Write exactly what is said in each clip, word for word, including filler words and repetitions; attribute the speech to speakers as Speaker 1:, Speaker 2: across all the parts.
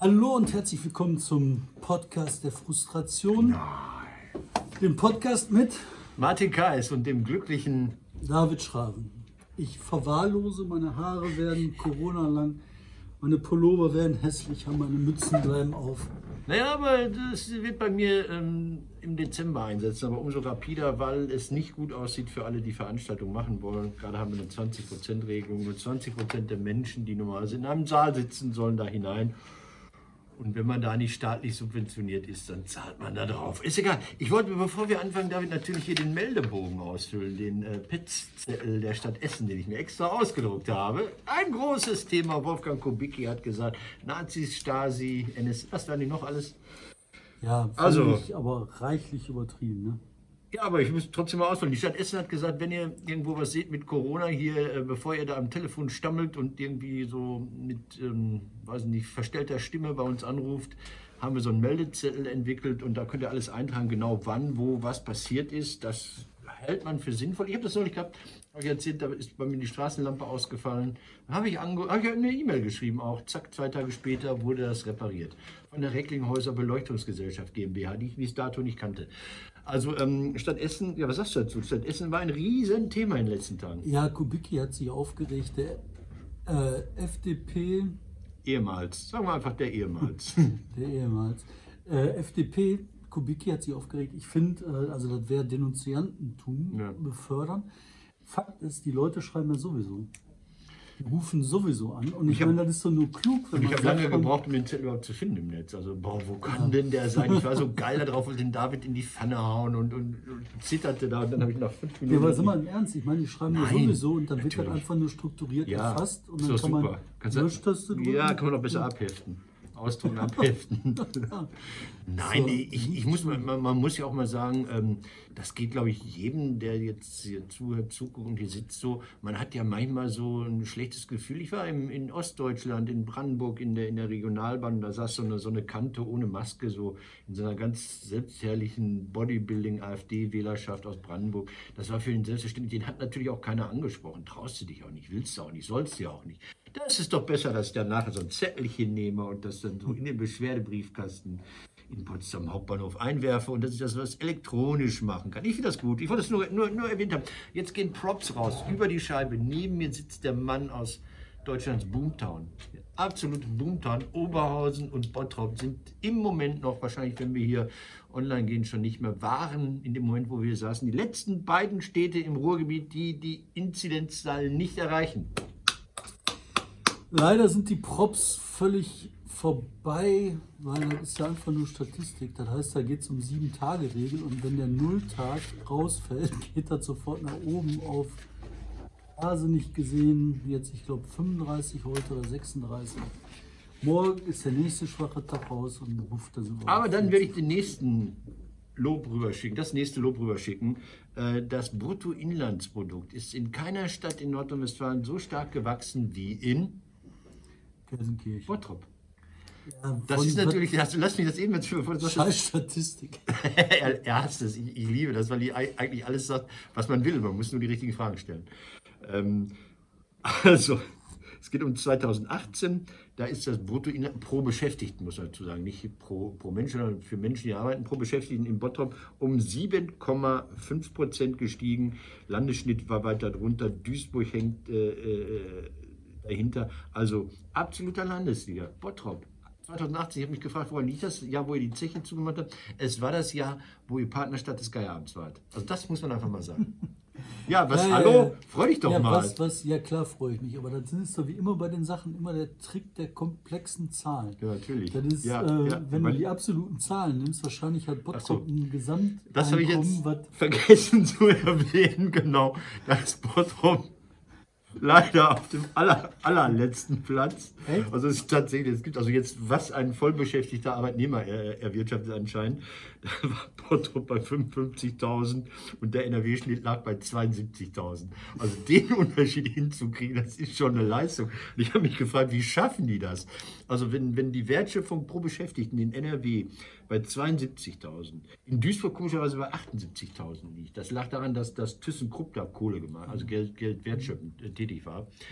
Speaker 1: Hallo und herzlich willkommen zum Podcast der Frustration.
Speaker 2: Nein.
Speaker 1: Dem Podcast mit
Speaker 2: Martin Kais und dem glücklichen
Speaker 1: David Schraven. Ich verwahrlose, meine Haare werden Corona lang, meine Pullover werden hässlicher, meine Mützen bleiben auf.
Speaker 2: Naja, aber das wird bei mir ähm, im Dezember einsetzen, aber umso rapider, weil es nicht gut aussieht für alle, die Veranstaltungen machen wollen. Gerade haben wir eine zwanzig Prozent Regelung, nur zwanzig Prozent der Menschen, die normalerweise in einem Saal sitzen, sollen da hinein. Und wenn man da nicht staatlich subventioniert ist, dann zahlt man da drauf. Ist egal. Ich wollte, bevor wir anfangen, David, natürlich hier den Meldebogen ausfüllen, den äh, Petzettel der Stadt Essen, den ich mir extra ausgedruckt habe. Ein großes Thema. Wolfgang Kubicki hat gesagt, Nazis, Stasi, N S, was waren die noch alles?
Speaker 1: Ja,
Speaker 2: Also,
Speaker 1: völlig, aber reichlich übertrieben, ne?
Speaker 2: Ja, aber ich muss trotzdem mal ausfüllen. Die Stadt Essen hat gesagt, wenn ihr irgendwo was seht mit Corona hier, äh, bevor ihr da am Telefon stammelt und irgendwie so mit, ähm, weiß nicht, verstellter Stimme bei uns anruft, haben wir so einen Meldezettel entwickelt und da könnt ihr alles eintragen, genau wann, wo, was passiert ist. Das hält man für sinnvoll. Ich habe das neulich gehabt, habe ich erzählt, da ist bei mir die Straßenlampe ausgefallen. Da habe ich, ange hab ich eine E-Mail geschrieben, auch zack, zwei Tage später wurde das repariert. Von der Recklinghäuser Beleuchtungsgesellschaft GmbH, die ich bis dato nicht kannte. Also ähm, Stadt Essen, ja, was sagst du dazu? Stadt Essen war ein riesen Thema in den letzten Tagen.
Speaker 1: Ja, Kubicki hat sich aufgeregt, der äh, F D P...
Speaker 2: Ehemals, sagen wir einfach der ehemals.
Speaker 1: Der ehemals. Äh, F D P, Kubicki hat sich aufgeregt. Ich finde, äh, also das wäre Denunziantentum
Speaker 2: Ja.
Speaker 1: befördern. Fakt ist, die Leute schreiben ja sowieso. Die rufen sowieso an. Und ich,
Speaker 2: Ich hab-
Speaker 1: meine, das ist doch nur klug. Wenn
Speaker 2: Und ich
Speaker 1: man
Speaker 2: habe
Speaker 1: sagt,
Speaker 2: lange
Speaker 1: komm,
Speaker 2: gebraucht, um den Zettel überhaupt zu finden im Netz. Also, boah, wo kann denn der sein? Ich war so geil darauf, wollte den David in die Pfanne hauen und, und, und zitterte da. Und dann habe ich nach fünf
Speaker 1: Ja,
Speaker 2: Minuten...
Speaker 1: aber sag mal im Ernst, ich meine, die schreiben ja
Speaker 2: Nein,
Speaker 1: sowieso und dann wird das
Speaker 2: natürlich.
Speaker 1: einfach nur strukturiert
Speaker 2: Ja,
Speaker 1: erfasst und
Speaker 2: ist
Speaker 1: dann
Speaker 2: doch
Speaker 1: kann man
Speaker 2: super. Kannst du-
Speaker 1: Löschtaste drücken.
Speaker 2: Ja, kann man doch besser abheften. Ausdrucken, abheften. Nein,
Speaker 1: So,
Speaker 2: ich, ich muss mal, man, man muss ja auch mal sagen, ähm, das geht, glaube ich, jedem, der jetzt hier zuhört, zuguckt und hier sitzt so. Man hat ja manchmal so ein schlechtes Gefühl. Ich war im, in Ostdeutschland, in Brandenburg, in der, in der Regionalbahn, da saß so eine, so eine Kante ohne Maske, so in so einer ganz selbstherrlichen Bodybuilding-A f D-Wählerschaft aus Brandenburg. Das war für ihn selbstverständlich. Den hat natürlich auch keiner angesprochen. Traust du dich auch nicht, willst du auch nicht, sollst du ja auch nicht. Das ist doch besser, dass ich dann nachher so ein Zettelchen nehme und das dann so in den Beschwerdebriefkasten in Potsdam Hauptbahnhof einwerfe und dass ich das was elektronisch machen kann. Ich finde das gut. Ich wollte es nur, nur, nur erwähnt haben. Jetzt gehen Props raus über die Scheibe. Neben mir sitzt der Mann aus Deutschlands Boomtown. Absolute Boomtown. Oberhausen und Bottrop sind im Moment noch, wahrscheinlich wenn wir hier online gehen, schon nicht mehr, waren in dem Moment, wo wir saßen, die letzten beiden Städte im Ruhrgebiet, die die Inzidenzzahlen nicht erreichen.
Speaker 1: Leider sind die Props völlig vorbei, weil das ist ja einfach nur Statistik. Das heißt, da geht es um sieben-Tage-Regel und wenn der Nulltag rausfällt, geht das sofort nach oben auf, also nicht gesehen, jetzt ich glaube fünfunddreißig heute oder sechsunddreißig. Morgen ist der nächste schwache Tag raus und ruft das über.
Speaker 2: Aber dann werde ich den nächsten Lob rüberschicken, das nächste Lob rüberschicken. Äh, Das Bruttoinlandsprodukt ist in keiner Stadt in Nordrhein-Westfalen so stark gewachsen wie in
Speaker 1: Gelsenkirchen.
Speaker 2: Bottrop.
Speaker 1: Ja,
Speaker 2: Das
Speaker 1: von-
Speaker 2: ist natürlich, das, lass mich das eben jetzt für, bevor du das
Speaker 1: Scheiß Statistik.
Speaker 2: er, er hasst es, ich, ich liebe das, weil die ei- eigentlich alles sagt, was man will. Man muss nur die richtigen Fragen stellen. Ähm, also, es geht um zweitausendachtzehn. Da ist das Bruttoinland pro Beschäftigten, muss man dazu sagen, nicht pro, pro Mensch, sondern für Menschen, die arbeiten, pro Beschäftigten in Bottrop um sieben Komma fünf Prozent gestiegen. Landesschnitt war weiter drunter. Duisburg hängt äh, äh, dahinter. Also absoluter Landesliga. Bottrop. zweitausendachtzehn, ich habe mich gefragt, woran liegt das Jahr, wo ihr die Zeche zugemacht habt? Es war das Jahr, wo ihr Partnerstadt des Geierabends wart. Also das muss man einfach mal sagen. Ja, was,
Speaker 1: Ja, ja,
Speaker 2: hallo?
Speaker 1: ja.
Speaker 2: Freu dich doch
Speaker 1: ja,
Speaker 2: mal.
Speaker 1: Was, was, ja klar freue ich mich, aber das ist doch wie immer bei den Sachen immer der Trick der komplexen Zahlen.
Speaker 2: Ja, natürlich.
Speaker 1: Das ist,
Speaker 2: Ja,
Speaker 1: äh,
Speaker 2: ja,
Speaker 1: wenn
Speaker 2: weil-
Speaker 1: du die absoluten Zahlen nimmst, wahrscheinlich hat
Speaker 2: Ach so.
Speaker 1: Bottrop ein Gesamteinkommen,
Speaker 2: Das habe ich jetzt
Speaker 1: was
Speaker 2: vergessen zu erwähnen, genau. Das Bottrop leider auf dem aller, allerletzten Platz.
Speaker 1: Echt?
Speaker 2: Also es ist tatsächlich, es gibt also jetzt, was ein vollbeschäftigter Arbeitnehmer er, erwirtschaftet anscheinend. Da war Bottrop bei fünfundfünfzigtausend und der N R W-Schnitt lag bei zweiundsiebzigtausend. Also den Unterschied hinzukriegen, das ist schon eine Leistung. Und ich habe mich gefragt, wie schaffen die das? Also wenn, wenn die Wertschöpfung pro Beschäftigten in N R W bei zweiundsiebzigtausend, in Duisburg komischerweise bei achtundsiebzigtausend liegt. Das lag daran, dass das ThyssenKrupp da Kohle gemacht, also Geld, Geld wertschöpfend äh, tätig war.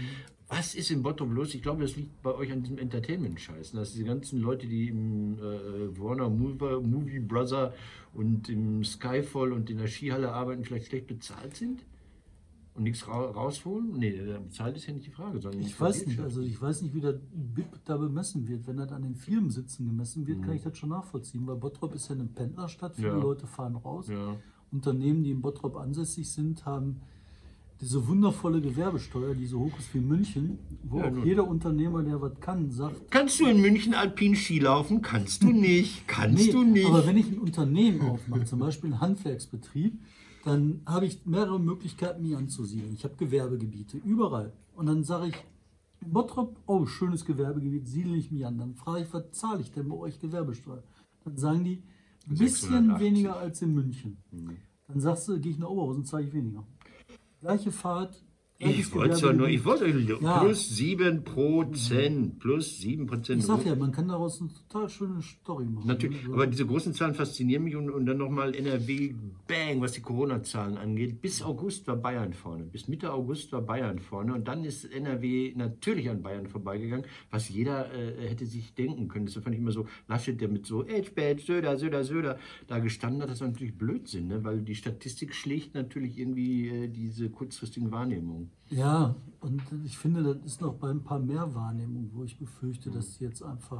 Speaker 2: Was ist in Bottrop los? Ich glaube, das liegt bei euch an diesem Entertainment-Scheiß. Dass diese ganzen Leute, die im äh, Warner Movie, Movie Brother und im Skyfall und in der Skihalle arbeiten, vielleicht schlecht bezahlt sind und nichts ra rausholen? Nee, bezahlt ist ja nicht die Frage. Sondern
Speaker 1: Ich weiß nicht, also ich weiß nicht, wie der B I P da bemessen wird. Wenn das an den Firmensitzen gemessen wird,
Speaker 2: Mhm.
Speaker 1: kann ich das schon nachvollziehen, weil Bottrop ist ja eine Pendlerstadt, viele
Speaker 2: Ja.
Speaker 1: Leute fahren raus.
Speaker 2: Ja.
Speaker 1: Unternehmen, die in Bottrop ansässig sind, haben diese wundervolle Gewerbesteuer, die so hoch ist wie München, wo
Speaker 2: Ja,
Speaker 1: auch
Speaker 2: nun.
Speaker 1: jeder Unternehmer, der was kann, sagt,
Speaker 2: Kannst du in München alpin Ski laufen? Kannst du nicht. Kannst
Speaker 1: nee,
Speaker 2: du nicht.
Speaker 1: aber wenn ich ein Unternehmen aufmache, zum Beispiel einen Handwerksbetrieb, dann habe ich mehrere Möglichkeiten, mich anzusiedeln. Ich habe Gewerbegebiete, überall. Und dann sage ich, in Bottrop, oh, schönes Gewerbegebiet, siedle ich mich an. Dann frage ich, was zahle ich denn bei euch Gewerbesteuer? Dann sagen die, ein bisschen
Speaker 2: sechshundertachtzig.
Speaker 1: weniger als in München.
Speaker 2: Mhm.
Speaker 1: Dann sagst du, gehe ich nach Oberhausen, zahle ich weniger. Gleiche Fahrt.
Speaker 2: Ich wollte ja nur, ich wollte
Speaker 1: Ja.
Speaker 2: plus sieben Prozent, plus sieben Prozent.
Speaker 1: Ich sag ja, man kann daraus eine total schöne Story machen.
Speaker 2: Natürlich,
Speaker 1: Also,
Speaker 2: aber diese großen Zahlen faszinieren mich und, und dann nochmal N R W, bang, was die Corona-Zahlen angeht. Bis August war Bayern vorne, bis Mitte August war Bayern vorne und dann ist N R W natürlich an Bayern vorbeigegangen, was jeder äh, hätte sich denken können. Das fand ich immer so, Laschet, der mit so Edgebad, Söder, Söder, Söder da gestanden hat, das war natürlich Blödsinn, ne? Weil die Statistik schlägt natürlich irgendwie äh, diese kurzfristigen Wahrnehmungen.
Speaker 1: ja, und ich finde, das ist noch bei ein paar mehr Wahrnehmungen, wo ich befürchte, dass sie jetzt einfach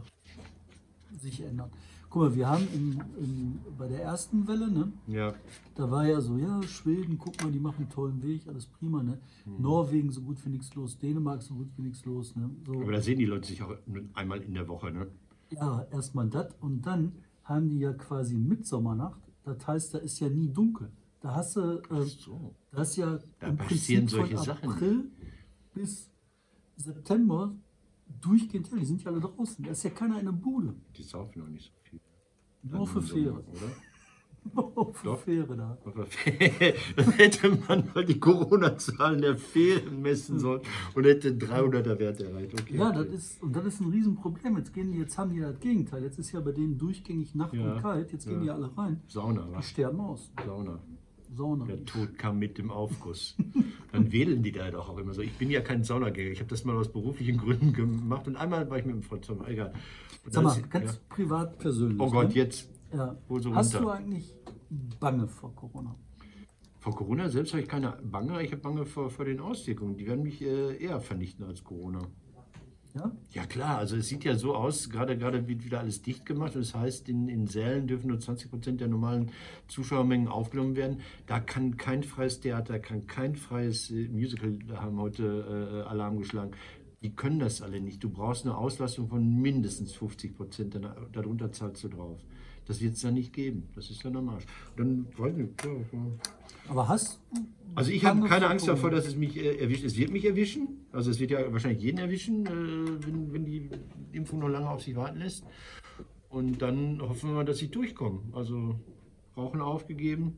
Speaker 1: sich ändern. Guck mal, wir haben im, im, bei der ersten Welle, ne,
Speaker 2: Ja.
Speaker 1: da war ja so, ja, Schweden, guck mal, die machen einen tollen Weg, alles prima, ne? Norwegen so gut wie nichts los, Dänemark so gut wie nichts los, ne? So.
Speaker 2: Aber da sehen die Leute sich auch nur einmal in der Woche, ne?
Speaker 1: Ja, erstmal das und dann haben die ja quasi Mitsommernacht. Das heißt, da ist ja nie dunkel. Da hast du, äh,
Speaker 2: So.
Speaker 1: da ist ja
Speaker 2: Da
Speaker 1: im
Speaker 2: passieren
Speaker 1: Prinzip
Speaker 2: solche
Speaker 1: von
Speaker 2: Sachen.
Speaker 1: April bis September durchgehend hell. Die sind ja alle draußen. Da ist ja keiner in der Bude.
Speaker 2: Die saufen auch nicht so viel.
Speaker 1: Nur für
Speaker 2: Im
Speaker 1: Fähre.
Speaker 2: Sommer, oder?
Speaker 1: Nur für
Speaker 2: Doch.
Speaker 1: Fähre da.
Speaker 2: Aber dann hätte man mal die Corona-Zahlen der Fähren messen sollen und hätte dreihunderter Wert erreicht. Okay,
Speaker 1: Ja,
Speaker 2: okay.
Speaker 1: das ist, und das ist ein Riesenproblem. Jetzt, gehen die, jetzt haben die ja das Gegenteil. Jetzt ist ja bei denen durchgängig Nacht
Speaker 2: Ja.
Speaker 1: und kalt. Jetzt gehen
Speaker 2: Ja.
Speaker 1: die alle rein.
Speaker 2: Sauna,
Speaker 1: Die
Speaker 2: was?
Speaker 1: sterben aus.
Speaker 2: Sauna.
Speaker 1: Sauna.
Speaker 2: Der Tod kam mit dem Aufguss. Dann wedeln die da doch auch immer so. Ich bin ja kein Saunagänger. Ich habe das mal aus beruflichen Gründen gemacht und einmal war ich mit dem Freund zusammen. Egal. Und
Speaker 1: Sag
Speaker 2: dann
Speaker 1: mal,
Speaker 2: ist-
Speaker 1: ganz
Speaker 2: ja.
Speaker 1: privat persönlich.
Speaker 2: Oh Gott,
Speaker 1: ne?
Speaker 2: jetzt.
Speaker 1: Ja.
Speaker 2: Hol so
Speaker 1: Hast
Speaker 2: runter.
Speaker 1: du eigentlich Bange vor Corona?
Speaker 2: Vor Corona selbst habe ich keine Bange. Ich habe Bange vor, vor den Auswirkungen. Die werden mich äh, eher vernichten als Corona.
Speaker 1: Ja?
Speaker 2: Ja klar, also es sieht ja so aus, gerade gerade wird wieder alles dicht gemacht. Das heißt, in, in Sälen dürfen nur zwanzig Prozent der normalen Zuschauermengen aufgenommen werden. Da kann kein freies Theater, kann kein freies äh, Musical, da haben heute äh, Alarm geschlagen. Die können das alle nicht. Du brauchst eine Auslastung von mindestens fünfzig Prozent, darunter zahlst du drauf. Das wird es dann nicht geben. Das ist dann am Arsch. Dann, weiß nicht, ja, ja.
Speaker 1: Aber hast du
Speaker 2: Also ich habe
Speaker 1: Bange
Speaker 2: keine
Speaker 1: vor
Speaker 2: Angst
Speaker 1: Corona?
Speaker 2: davor, dass es mich äh, erwischt. Es wird mich erwischen. Also es wird ja wahrscheinlich jeden erwischen, äh, wenn, wenn die Impfung noch lange auf sich warten lässt. Und dann hoffen wir mal, dass sie durchkommen. Also Rauchen aufgegeben.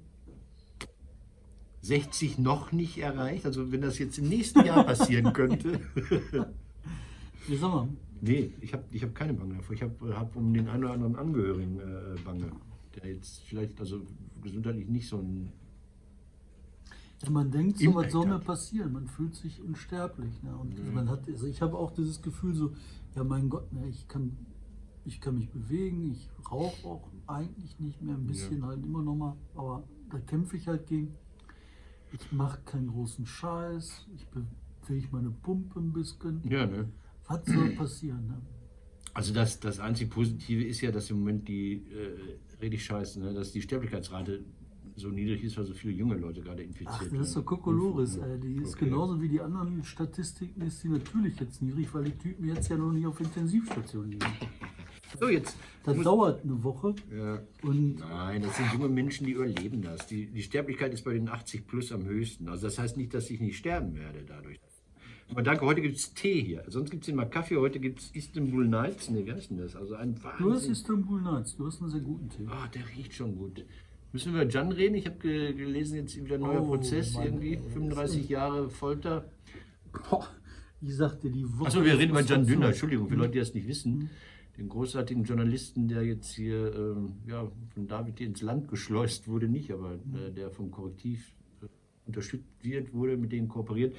Speaker 2: sechzig noch nicht erreicht. Also wenn das jetzt im nächsten Jahr passieren könnte.
Speaker 1: Wie sag mal,
Speaker 2: Nee, ich habe ich hab keine Bange davor. Ich habe hab um den einen oder anderen Angehörigen äh, Bange. Der jetzt vielleicht also gesundheitlich nicht so ein...
Speaker 1: wenn man denkt, so was
Speaker 2: Impact
Speaker 1: soll mir
Speaker 2: hat.
Speaker 1: passieren, man fühlt sich unsterblich. Ne? Und
Speaker 2: Mhm.
Speaker 1: man hat, also ich habe auch dieses Gefühl so, ja mein Gott, ne, ich kann, ich kann mich bewegen, ich rauche auch eigentlich nicht mehr, ein bisschen halt immer noch mal, aber da kämpfe ich halt gegen. Ich mache keinen großen Scheiß, ich bewege meine Pumpe ein bisschen.
Speaker 2: Ja, ne?
Speaker 1: Was soll passieren? Ne?
Speaker 2: Also das, das einzig Positive ist ja, dass im Moment die, äh, richtig scheiße, ne, dass die Sterblichkeitsrate so niedrig ist, weil so viele junge Leute gerade infiziert
Speaker 1: Ach,
Speaker 2: werden.
Speaker 1: das ist doch Kokolores,
Speaker 2: Ja.
Speaker 1: ey. Die ist
Speaker 2: Okay.
Speaker 1: genauso wie die anderen Statistiken, ist die natürlich jetzt niedrig, weil die Typen jetzt ja noch nicht auf Intensivstationen liegen.
Speaker 2: So, jetzt.
Speaker 1: Das
Speaker 2: muss-
Speaker 1: dauert eine Woche
Speaker 2: Ja.
Speaker 1: und
Speaker 2: Nein, das sind junge Menschen, die überleben das. Die, die Sterblichkeit ist bei den achtzig plus am höchsten. Also das heißt nicht, dass ich nicht sterben werde dadurch. Aber danke, heute gibt es Tee hier. Sonst gibt es immer Kaffee, heute gibt es Istanbul Nights. Ne, wie heißt denn das? Also ein
Speaker 1: du hast
Speaker 2: Wahnsinn.
Speaker 1: Istanbul Nights, du hast einen sehr guten Tee.
Speaker 2: Ah, der riecht schon gut. Müssen wir über Can reden? Ich habe ge gelesen, jetzt wieder ein neuer
Speaker 1: Oh,
Speaker 2: Prozess,
Speaker 1: Mann,
Speaker 2: irgendwie
Speaker 1: ey,
Speaker 2: fünfunddreißig Jahre Folter.
Speaker 1: Boah, ich sagte die Woche.
Speaker 2: Achso, wir reden über Can Dünner,
Speaker 1: Frustration.
Speaker 2: Entschuldigung, für Leute, die das nicht wissen. Den großartigen Journalisten, der jetzt hier ähm, ja, von David ins Land geschleust wurde, nicht, aber äh, der vom Korrektiv äh, unterstützt wird, wurde, mit denen kooperiert.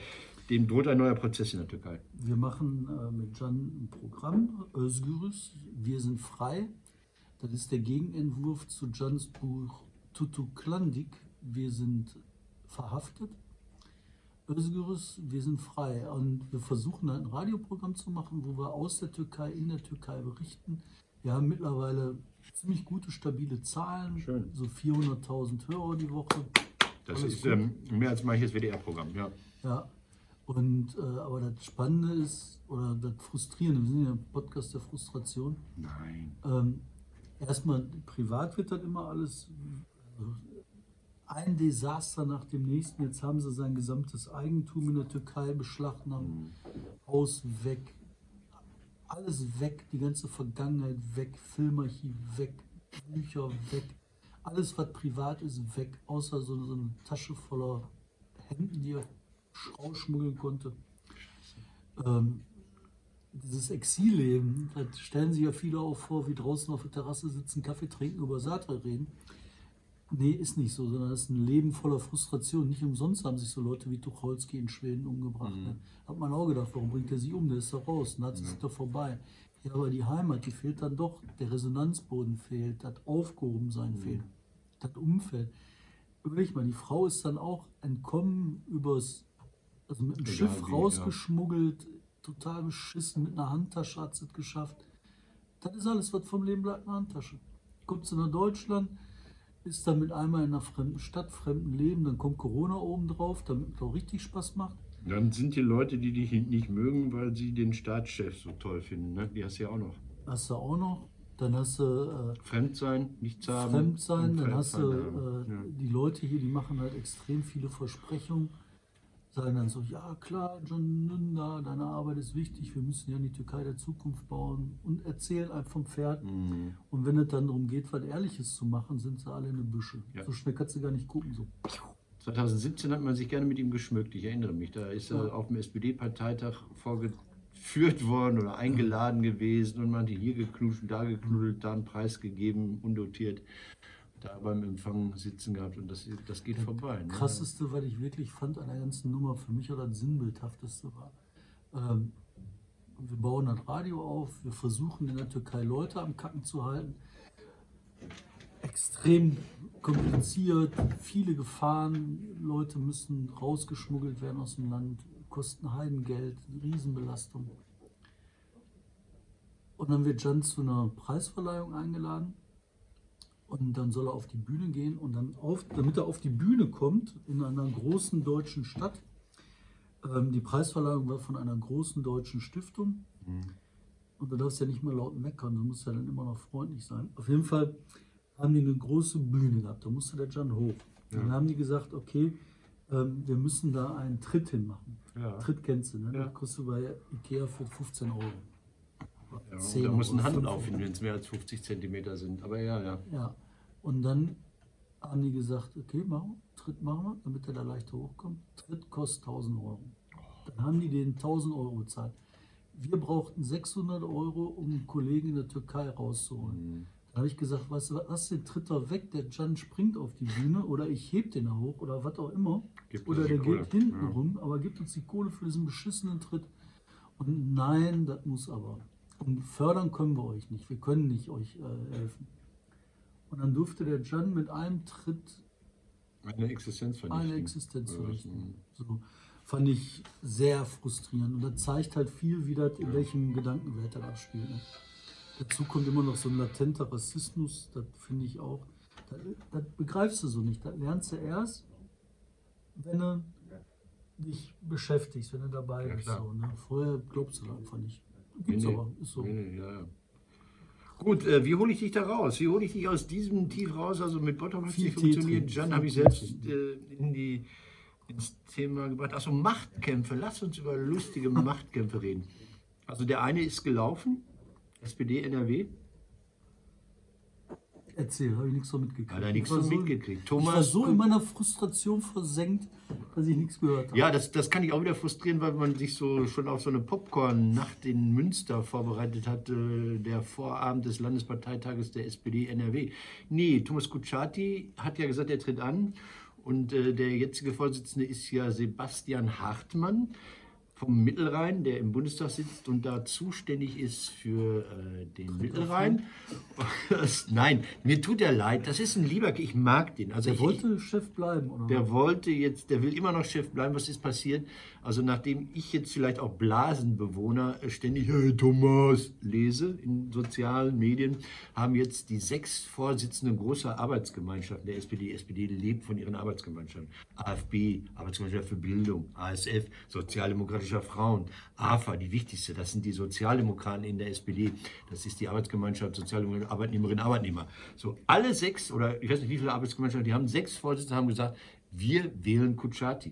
Speaker 2: dem droht ein neuer Prozess in der Türkei.
Speaker 1: Wir machen äh, mit Can ein Programm, Özgürüz, wir sind frei. Das ist der Gegenentwurf zu Cans Buch Tutuklandik, wir sind verhaftet. Özgürüz, wir sind frei. Und wir versuchen halt ein Radioprogramm zu machen, wo wir aus der Türkei, in der Türkei berichten. Wir haben mittlerweile ziemlich gute, stabile Zahlen,
Speaker 2: Schön.
Speaker 1: so vierhunderttausend Hörer die Woche.
Speaker 2: Das
Speaker 1: Alles
Speaker 2: ist
Speaker 1: gut.
Speaker 2: ähm, mehr als manches W D R-Programm, ja.
Speaker 1: Ja, und äh, aber das Spannende ist, oder das Frustrierende, wir sind ja ein Podcast der Frustration.
Speaker 2: Nein.
Speaker 1: Ähm, erstmal, privat wird das immer alles, also ein Desaster nach dem nächsten. Jetzt haben sie sein gesamtes Eigentum in der Türkei beschlagnahmt,
Speaker 2: Mhm.
Speaker 1: Haus weg, alles weg, die ganze Vergangenheit weg, Filmarchiv weg, Bücher weg, alles was privat ist weg, außer so, so eine Tasche voller Hemden, die er rausschmuggeln konnte. Ähm, dieses Exilleben, das stellen sich ja viele auch vor, wie draußen auf der Terrasse sitzen, Kaffee trinken, über Sartre reden. Nee, ist nicht so, sondern das ist ein Leben voller Frustration. Nicht umsonst haben sich so Leute wie Tucholsky in Schweden umgebracht.
Speaker 2: Mhm.
Speaker 1: Ne? Hat man auch gedacht, warum bringt er sie um? Der ist doch raus, Nazis
Speaker 2: Ja.
Speaker 1: sind doch vorbei. Ja, aber die Heimat, die fehlt dann doch. Der Resonanzboden fehlt, das Aufgehobensein
Speaker 2: Mhm.
Speaker 1: fehlt, das Umfeld. Überleg mal, die Frau ist dann auch entkommen übers, also mit dem
Speaker 2: Egal
Speaker 1: Schiff
Speaker 2: wie,
Speaker 1: rausgeschmuggelt, total beschissen, mit einer Handtasche hat sie es geschafft. Das ist alles, was vom Leben bleibt, eine Handtasche. Kommt sie nach Deutschland, ist dann mit einmal in einer fremden Stadt, fremden Leben, dann kommt Corona oben drauf, damit es auch richtig Spaß macht.
Speaker 2: Dann sind die Leute, die dich nicht mögen, weil sie den Staatschef so toll finden. Ne? Die hast du ja auch noch.
Speaker 1: Hast du auch noch, dann hast du äh,
Speaker 2: Fremdsein, nichts haben.
Speaker 1: Fremdsein,
Speaker 2: und
Speaker 1: dann hast du
Speaker 2: Fremdsein haben.
Speaker 1: äh, die Leute hier, die machen halt extrem viele Versprechungen, sagen dann so, ja klar, Can Dündar, deine Arbeit ist wichtig, wir müssen ja in die Türkei der Zukunft bauen und erzählen einfach vom Pferd.
Speaker 2: Ja. Mhm.
Speaker 1: Und wenn es dann darum geht, was Ehrliches zu machen, sind sie alle in den Büsche.
Speaker 2: Ja.
Speaker 1: So schnell kannst du gar nicht gucken. So.
Speaker 2: zwanzig siebzehn hat man sich gerne mit ihm geschmückt, ich erinnere mich. Da ist er
Speaker 1: Ja.
Speaker 2: auf dem S P D-Parteitag vorgeführt worden oder eingeladen gewesen und man hat ihn hier geknutscht, da geknuddelt, da einen Preis gegeben, undotiert, da beim Empfang sitzen gehabt und das, das geht vorbei. Ne?
Speaker 1: Krasseste, was ich wirklich fand an der ganzen Nummer, für mich oder das Sinnbildhafteste war, ähm, wir bauen das Radio auf, wir versuchen in der Türkei Leute am Kacken zu halten. Extrem kompliziert, viele Gefahren, Leute müssen rausgeschmuggelt werden aus dem Land, kosten Heidengeld, Riesenbelastung. Und dann wird Can zu einer Preisverleihung eingeladen und dann soll er auf die Bühne gehen und dann, auf, damit er auf die Bühne kommt, in einer großen deutschen Stadt, ähm, die Preisverleihung war von einer großen deutschen Stiftung.
Speaker 2: Mhm.
Speaker 1: Und du darfst ja nicht mal laut meckern, du musst ja dann immer noch freundlich sein. Auf jeden Fall haben die eine große Bühne gehabt, da musste der Can hoch.
Speaker 2: Ja.
Speaker 1: Dann haben die gesagt, okay, ähm, wir müssen da einen Tritt hinmachen.
Speaker 2: Ja.
Speaker 1: Tritt kennst du, ne?
Speaker 2: Ja.
Speaker 1: Das kostet bei Ikea für fünfzehn Euro.
Speaker 2: Ja, und
Speaker 1: zehn
Speaker 2: da muss ein
Speaker 1: Euro,
Speaker 2: Handlauf
Speaker 1: fünf
Speaker 2: hin,
Speaker 1: Euro.
Speaker 2: wenn es mehr als fünfzig Zentimeter sind. Aber ja, ja.
Speaker 1: Ja, und dann haben die gesagt, okay, machen wir, Tritt machen wir, damit er da leichter hochkommt. Tritt kostet tausend Euro. Dann haben die den tausend Euro bezahlt. Wir brauchten sechshundert Euro, um einen Kollegen in der Türkei rauszuholen.
Speaker 2: Mhm.
Speaker 1: Da habe ich gesagt, weißt du was, lass den Tritt doch weg, der Can springt auf die Bühne oder ich heb den da hoch oder was auch immer.
Speaker 2: Gibt
Speaker 1: Oder
Speaker 2: uns
Speaker 1: der
Speaker 2: die Kohle.
Speaker 1: geht hinten
Speaker 2: Ja.
Speaker 1: rum, aber gibt uns die Kohle für diesen beschissenen Tritt. Und nein, das muss aber. Und fördern können wir euch nicht, wir können nicht euch äh, helfen. Und dann durfte der Can mit einem Tritt
Speaker 2: Eine Existenz vernichten.
Speaker 1: eine Existenz
Speaker 2: Ja,
Speaker 1: verrichten. So fand ich sehr frustrierend. Und das zeigt halt viel, wie das, in welchem Gedankenwelt das abspielt. Ne? Dazu kommt immer noch so ein latenter Rassismus, das finde ich auch. Das, das begreifst du so nicht. Das lernst du erst, wenn du dich beschäftigst, wenn du dabei
Speaker 2: Ja,
Speaker 1: bist.
Speaker 2: klar.
Speaker 1: So, ne? Vorher glaubst du das einfach nicht.
Speaker 2: Nee,
Speaker 1: Gibt's
Speaker 2: nee.
Speaker 1: aber, ist so.
Speaker 2: Nee, nee, ja, ja. Gut, äh, wie hole ich dich da raus? Wie hole ich dich aus diesem Tief raus? Also mit Bottom hat es
Speaker 1: Viel
Speaker 2: nicht
Speaker 1: Tee
Speaker 2: funktioniert.
Speaker 1: trinken,
Speaker 2: Jan
Speaker 1: viel
Speaker 2: habe ich
Speaker 1: Tee
Speaker 2: selbst
Speaker 1: trinken.
Speaker 2: äh, in die, ins Thema gebracht. Achso, Machtkämpfe. Lass uns über lustige Machtkämpfe reden. Also der eine ist gelaufen, S P D N R W.
Speaker 1: Erzähl, habe ich nichts von mitgekriegt.
Speaker 2: Hat er nichts
Speaker 1: Ich war
Speaker 2: von
Speaker 1: so-
Speaker 2: mitgekriegt.
Speaker 1: Ich war
Speaker 2: Thomas,
Speaker 1: so in meiner Frustration versenkt, dass ich nichts gehört habe.
Speaker 2: ja, das, das kann ich auch wieder frustrieren, weil man sich so schon auf so eine Popcorn-Nacht in Münster vorbereitet hat, äh, der Vorabend des Landesparteitages der S P D N R W. Nee, Thomas Kutschaty hat ja gesagt, er tritt an Und äh, der jetzige Vorsitzende ist ja Sebastian Hartmann vom Mittelrhein, der im Bundestag sitzt und da zuständig ist für äh, den Mittelrhein. Das, nein, mir tut er leid. Das ist ein lieber, ich mag den. Also
Speaker 1: Der
Speaker 2: ich,
Speaker 1: wollte Chef bleiben, oder?
Speaker 2: Der wollte jetzt, der will immer noch Chef bleiben. Was ist passiert? Also nachdem ich jetzt vielleicht auch Blasenbewohner ständig Hey Thomas lese in sozialen Medien, haben jetzt die sechs Vorsitzenden großer Arbeitsgemeinschaften der S P D, die S P D lebt von ihren Arbeitsgemeinschaften, AfB, Arbeitsgemeinschaft für Bildung, A S F, Sozialdemokratischer Frauen, A F A, die wichtigste, das sind die Sozialdemokraten in der S P D, das ist die Arbeitsgemeinschaft Sozialdemokraten, Arbeitnehmerinnen, Arbeitnehmer. So, alle sechs, oder ich weiß nicht wie viele Arbeitsgemeinschaften, die haben sechs Vorsitzende, haben gesagt, wir wählen Kutschaty.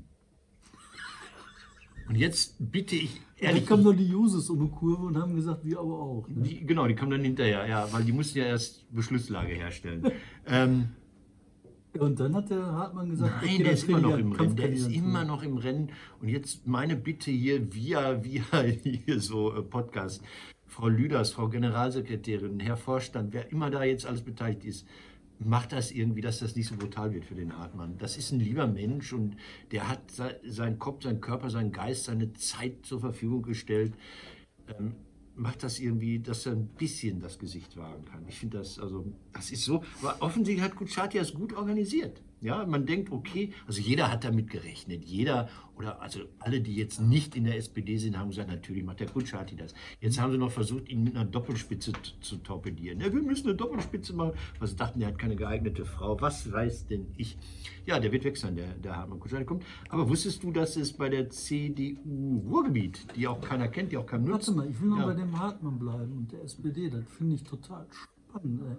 Speaker 2: Und jetzt bitte ich ehrlich...
Speaker 1: Da kamen noch die Jusos um die Kurve und haben gesagt, wir aber auch. Ne?
Speaker 2: Die, genau, die kamen dann hinterher, ja, weil die mussten ja erst Beschlusslage herstellen. ähm,
Speaker 1: Ja, und dann hat der Hartmann gesagt,
Speaker 2: Nein,
Speaker 1: okay,
Speaker 2: der
Speaker 1: dann
Speaker 2: ist immer noch
Speaker 1: kriegen
Speaker 2: im
Speaker 1: wir
Speaker 2: Rennen. Der ist
Speaker 1: Kampfkandidatur.
Speaker 2: immer noch im Rennen. Und jetzt meine Bitte hier via, via hier so äh, Podcast. Frau Lüders, Frau Generalsekretärin, Herr Vorstand, wer immer da jetzt alles beteiligt ist, macht das irgendwie, dass das nicht so brutal wird für den Hartmann. Das ist ein lieber Mensch und der hat se- seinen Kopf, seinen Körper, seinen Geist, seine Zeit zur Verfügung gestellt. Ähm, macht das irgendwie, dass er ein bisschen das Gesicht wahren kann. Ich finde das, also, das ist so, aber offensichtlich hat Kutschaty das gut organisiert. Ja, man denkt, okay, also jeder hat damit gerechnet. Jeder, oder also alle, die jetzt nicht in der S P D sind, haben gesagt, natürlich macht der Kutschaty das. Jetzt haben sie noch versucht, ihn mit einer Doppelspitze t- zu torpedieren. Ja, wir müssen eine Doppelspitze machen. Was sie dachten, der hat keine geeignete Frau. Was weiß denn ich? Ja, der wird weg sein, der, der Hartmann Kutschaty kommt. Aber wusstest du, dass es bei der C D U Ruhrgebiet, die auch keiner kennt, die auch keinem nutzt?
Speaker 1: Warte mal, ich will noch
Speaker 2: Ja.
Speaker 1: bei dem Hartmann bleiben und der S P D, das finde ich total spannend. Ey.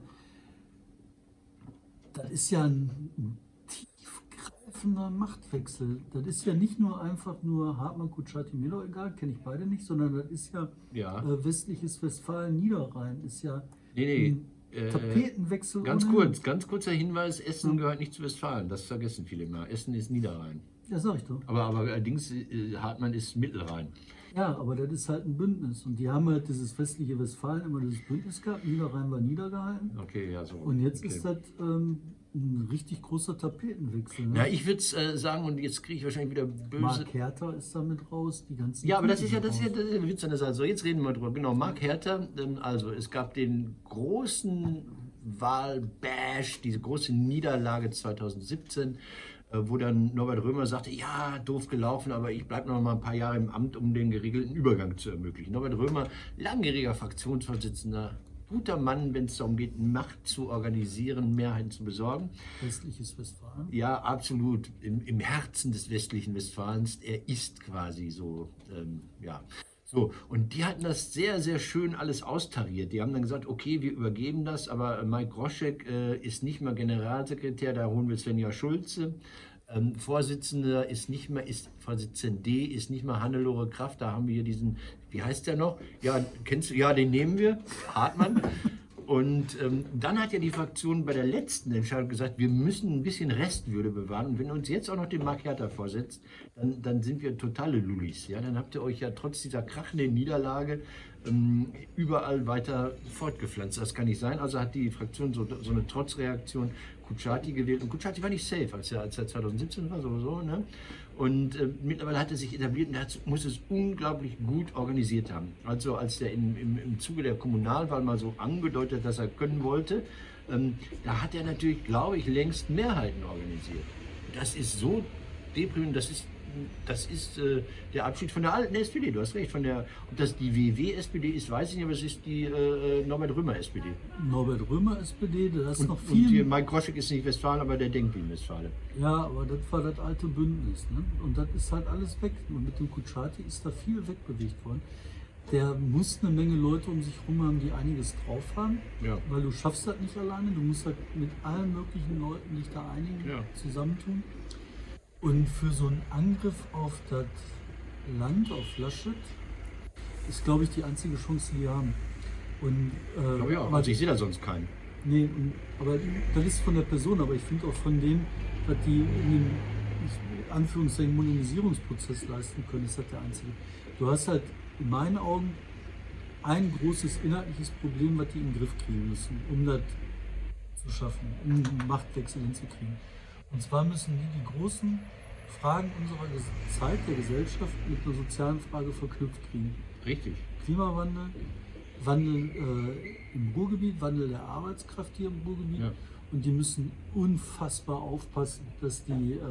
Speaker 1: Das ist ja ein, ein tiefgreifender Machtwechsel. Das ist ja nicht nur einfach nur Hartmann, Kutschaty, mir doch egal, kenne ich beide nicht, sondern das ist ja,
Speaker 2: Ja.
Speaker 1: äh, westliches Westfalen, Niederrhein, ist ja
Speaker 2: Nee, nee.
Speaker 1: ein
Speaker 2: Äh,
Speaker 1: Tapetenwechsel.
Speaker 2: Ganz
Speaker 1: ohne
Speaker 2: kurz,
Speaker 1: Ende.
Speaker 2: ganz kurzer Hinweis, Essen gehört nicht zu Westfalen, das vergessen viele immer. Essen ist Niederrhein.
Speaker 1: Ja, sag ich doch.
Speaker 2: Aber, aber allerdings, äh, Hartmann ist Mittelrhein.
Speaker 1: Ja, aber das ist halt ein Bündnis. Und die haben halt dieses westliche Westfalen immer dieses Bündnis gehabt. Niederrhein war niedergehalten.
Speaker 2: Okay, ja, so.
Speaker 1: Und jetzt
Speaker 2: okay.
Speaker 1: ist das ähm, ein richtig großer Tapetenwechsel. Ne?
Speaker 2: Ja, ich würde äh, sagen, und jetzt kriege ich wahrscheinlich wieder böse.
Speaker 1: Mark Hertha ist da mit raus, die ganzen.
Speaker 2: Ja, aber das ist
Speaker 1: Typen
Speaker 2: ja, das ist ja,
Speaker 1: raus.
Speaker 2: das ist ja der Witz an der Sache. So, jetzt reden wir drüber. Genau, Mark Hertha, ähm, also es gab den großen Wahlbash, diese große Niederlage zweitausendsiebzehn, äh, wo dann Norbert Römer sagte, ja, doof gelaufen, aber ich bleibe noch mal ein paar Jahre im Amt, um den geregelten Übergang zu ermöglichen. Norbert Römer, langjähriger Fraktionsvorsitzender, guter Mann, wenn es darum geht, Macht zu organisieren, Mehrheiten zu besorgen.
Speaker 1: Westliches Westfalen.
Speaker 2: Ja, absolut. Im, im Herzen des westlichen Westfalens. Er ist quasi so, ähm, ja. So, und die hatten das sehr, sehr schön alles austariert. Die haben dann gesagt, okay, wir übergeben das, aber Mike Groschek äh, ist nicht mehr Generalsekretär, da holen wir Svenja Schulze. Ähm, Vorsitzender ist nicht mehr, ist Vorsitzende ist nicht mehr Hannelore Kraft, da haben wir hier diesen, wie heißt der noch? Ja, kennst du, ja, den nehmen wir, Hartmann. Und ähm, dann hat ja die Fraktion bei der letzten Entscheidung gesagt, wir müssen ein bisschen Restwürde bewahren. Und wenn uns jetzt auch noch den Mark Hertha vorsetzt, dann, dann sind wir totale Lullis. Ja? Dann habt ihr euch ja trotz dieser krachenden Niederlage ähm, überall weiter fortgepflanzt. Das kann nicht sein. Also hat die Fraktion so, so eine Trotzreaktion Kutschaty gewählt. Und Kutschaty war nicht safe, als er, als er zweitausendsiebzehn war, sowieso. Ne? Und äh, mittlerweile hat er sich etabliert und er hat, muss es unglaublich gut organisiert haben. Also als er in, im, im Zuge der Kommunalwahl mal so angedeutet hat, dass er können wollte, ähm, da hat er natürlich, glaube ich, längst Mehrheiten organisiert. Das ist so deprimierend, das ist, das ist äh, der Abschied von der alten S P D, du hast recht. Von der, ob das die W W-S P D ist, weiß ich nicht, aber es ist die äh, Norbert Römer-S P D.
Speaker 1: Norbert Römer S P D, da ist
Speaker 2: Und,
Speaker 1: noch
Speaker 2: und hier,
Speaker 1: viel.
Speaker 2: Mike Groschek ist nicht Westfalen, aber der denkt wie ein Westfale.
Speaker 1: Ja, aber das war das alte Bündnis. Ne? Und das ist halt alles weg. Und mit dem Kutschaty ist da viel wegbewegt worden. Der muss eine Menge Leute um sich herum haben, die einiges drauf haben.
Speaker 2: Ja.
Speaker 1: Weil du schaffst das nicht alleine. Du musst halt mit allen möglichen Leuten dich da einigen,
Speaker 2: Ja.
Speaker 1: zusammentun. Und für so einen Angriff auf das Land, auf Laschet, ist, glaube ich, die einzige Chance, die wir haben. Und, äh,
Speaker 2: Ich glaube ja,
Speaker 1: mal-
Speaker 2: also ich sehe da sonst keinen.
Speaker 1: Nee, und- aber das ist von der Person, aber ich finde auch von dem, was die in dem ich, Anführungszeichen Modernisierungsprozess leisten können, ist das der einzige. Du hast halt in meinen Augen ein großes inhaltliches Problem, was die in den Griff kriegen müssen, um das zu schaffen, um einen Machtwechsel hinzukriegen. Und zwar müssen die die großen Fragen unserer Ges- Zeit, der Gesellschaft, mit einer sozialen Frage verknüpft kriegen.
Speaker 2: Richtig.
Speaker 1: Klimawandel, Wandel äh, im Ruhrgebiet, Wandel der Arbeitskraft hier im Ruhrgebiet.
Speaker 2: Ja.
Speaker 1: Und die müssen unfassbar aufpassen, dass die äh,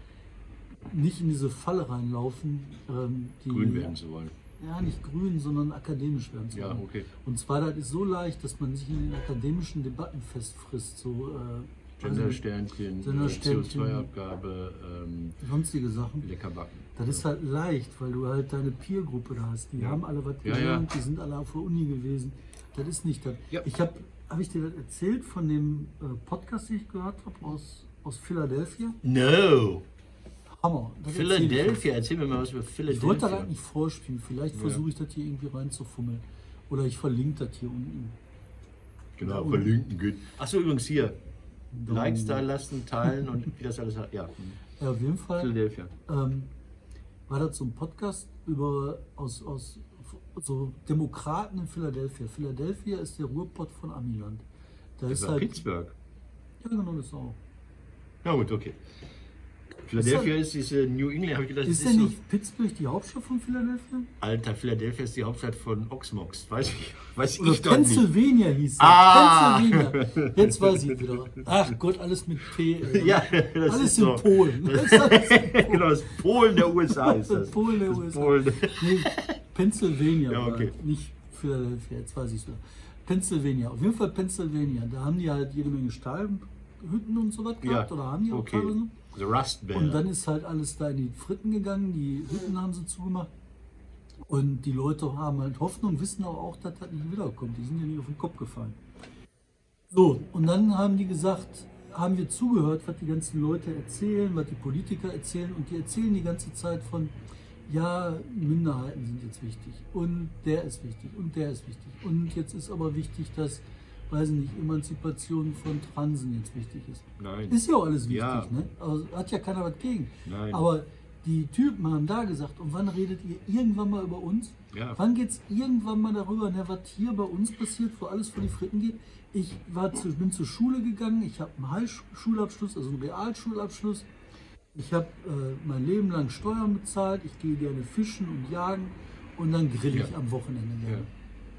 Speaker 1: nicht in diese Falle reinlaufen, ähm, die
Speaker 2: Grün werden zu wollen.
Speaker 1: ja nicht grün, sondern akademisch werden zu
Speaker 2: Ja,
Speaker 1: wollen.
Speaker 2: okay.
Speaker 1: Und zwar, das ist so leicht, dass man sich in den akademischen Debatten festfrisst, so äh, also
Speaker 2: Gendersternchen, äh, C O
Speaker 1: Gendersternchen.
Speaker 2: zwei Abgabe, ähm,
Speaker 1: sonstige Sachen.
Speaker 2: lecker backen.
Speaker 1: Das ist halt leicht, weil du halt deine Peergruppe da hast. Die
Speaker 2: Ja.
Speaker 1: haben alle was
Speaker 2: Ja,
Speaker 1: gelernt,
Speaker 2: ja.
Speaker 1: die sind alle auf der Uni gewesen. Das ist nicht das.
Speaker 2: Ja.
Speaker 1: Ich habe, habe ich dir das erzählt von dem äh, Podcast, den ich gehört habe aus, aus Philadelphia?
Speaker 2: No!
Speaker 1: Hammer. Das erzähl ich dir.
Speaker 2: Philadelphia, erzähl mir mal was über
Speaker 1: Ich wollte das
Speaker 2: Philadelphia.
Speaker 1: eigentlich vorspielen. Vielleicht
Speaker 2: Ja.
Speaker 1: versuche ich das hier irgendwie reinzufummeln. Oder ich verlinke das hier unten.
Speaker 2: Genau, verlinken geht. Achso, übrigens hier. Likes da lassen, teilen und wie das alles hat. Ja,
Speaker 1: Ja, auf jeden Fall.
Speaker 2: Philadelphia.
Speaker 1: ähm, war das so ein Podcast über aus, aus so Demokraten in Philadelphia. Philadelphia ist der Ruhrpott von Amiland. Da
Speaker 2: Das
Speaker 1: ist
Speaker 2: war
Speaker 1: halt,
Speaker 2: Pittsburgh.
Speaker 1: ja genau, das auch.
Speaker 2: Na gut, okay. Philadelphia ist diese New England, habe ich gedacht,
Speaker 1: Ist
Speaker 2: das
Speaker 1: denn
Speaker 2: ist so,
Speaker 1: nicht Pittsburgh die Hauptstadt von Philadelphia?
Speaker 2: Alter, Philadelphia ist die Hauptstadt von Oxmox. Weiß ich, weiß
Speaker 1: Oder
Speaker 2: ich doch nicht.
Speaker 1: Pennsylvania hieß es.
Speaker 2: Ah!
Speaker 1: Pennsylvania. Jetzt weiß ich wieder. Ach Gott, alles mit P. Ey.
Speaker 2: Ja, das
Speaker 1: alles
Speaker 2: ist
Speaker 1: in
Speaker 2: so.
Speaker 1: Polen. Das ist alles in Polen.
Speaker 2: Genau, das Polen der U S A ist das.
Speaker 1: Polen der
Speaker 2: Das
Speaker 1: U S A.
Speaker 2: Polen.
Speaker 1: Nee, Pennsylvania,
Speaker 2: Ja,
Speaker 1: war
Speaker 2: okay.
Speaker 1: das, nicht Philadelphia, jetzt weiß ich es wieder. Pennsylvania, auf jeden Fall Pennsylvania. Da haben die halt jede Menge Stahlhütten und so was gehabt,
Speaker 2: Ja,
Speaker 1: oder haben die auch
Speaker 2: okay.
Speaker 1: teilweise.
Speaker 2: The Rust Belt.
Speaker 1: Und dann ist halt alles da in die Fritten gegangen, die Hütten haben sie zugemacht. Und die Leute haben halt Hoffnung, wissen aber auch, dass das nicht wiederkommt. Die sind ja nicht auf den Kopf gefallen. So, und dann haben die gesagt, haben wir zugehört, was die ganzen Leute erzählen, was die Politiker erzählen. Und die erzählen die ganze Zeit von, ja, Minderheiten sind jetzt wichtig. Und der ist wichtig. Und der ist wichtig. Und jetzt ist aber wichtig, dass, weiß ich nicht, Emanzipation von Transen jetzt wichtig ist.
Speaker 2: Nein.
Speaker 1: Ist ja auch alles wichtig,
Speaker 2: Ja.
Speaker 1: ne? Also hat ja keiner was gegen.
Speaker 2: Nein.
Speaker 1: Aber die Typen haben da gesagt, und wann redet ihr irgendwann mal über uns?
Speaker 2: Ja.
Speaker 1: Wann geht es irgendwann mal darüber, ne, was hier bei uns passiert, wo alles vor die Fritten geht? Ich war zu, bin zur Schule gegangen, ich habe einen Highschulabschluss, also einen Realschulabschluss. Ich habe äh, mein Leben lang Steuern bezahlt, ich gehe gerne fischen und jagen und dann grill ich
Speaker 2: Ja.
Speaker 1: am Wochenende gerne.
Speaker 2: Ja.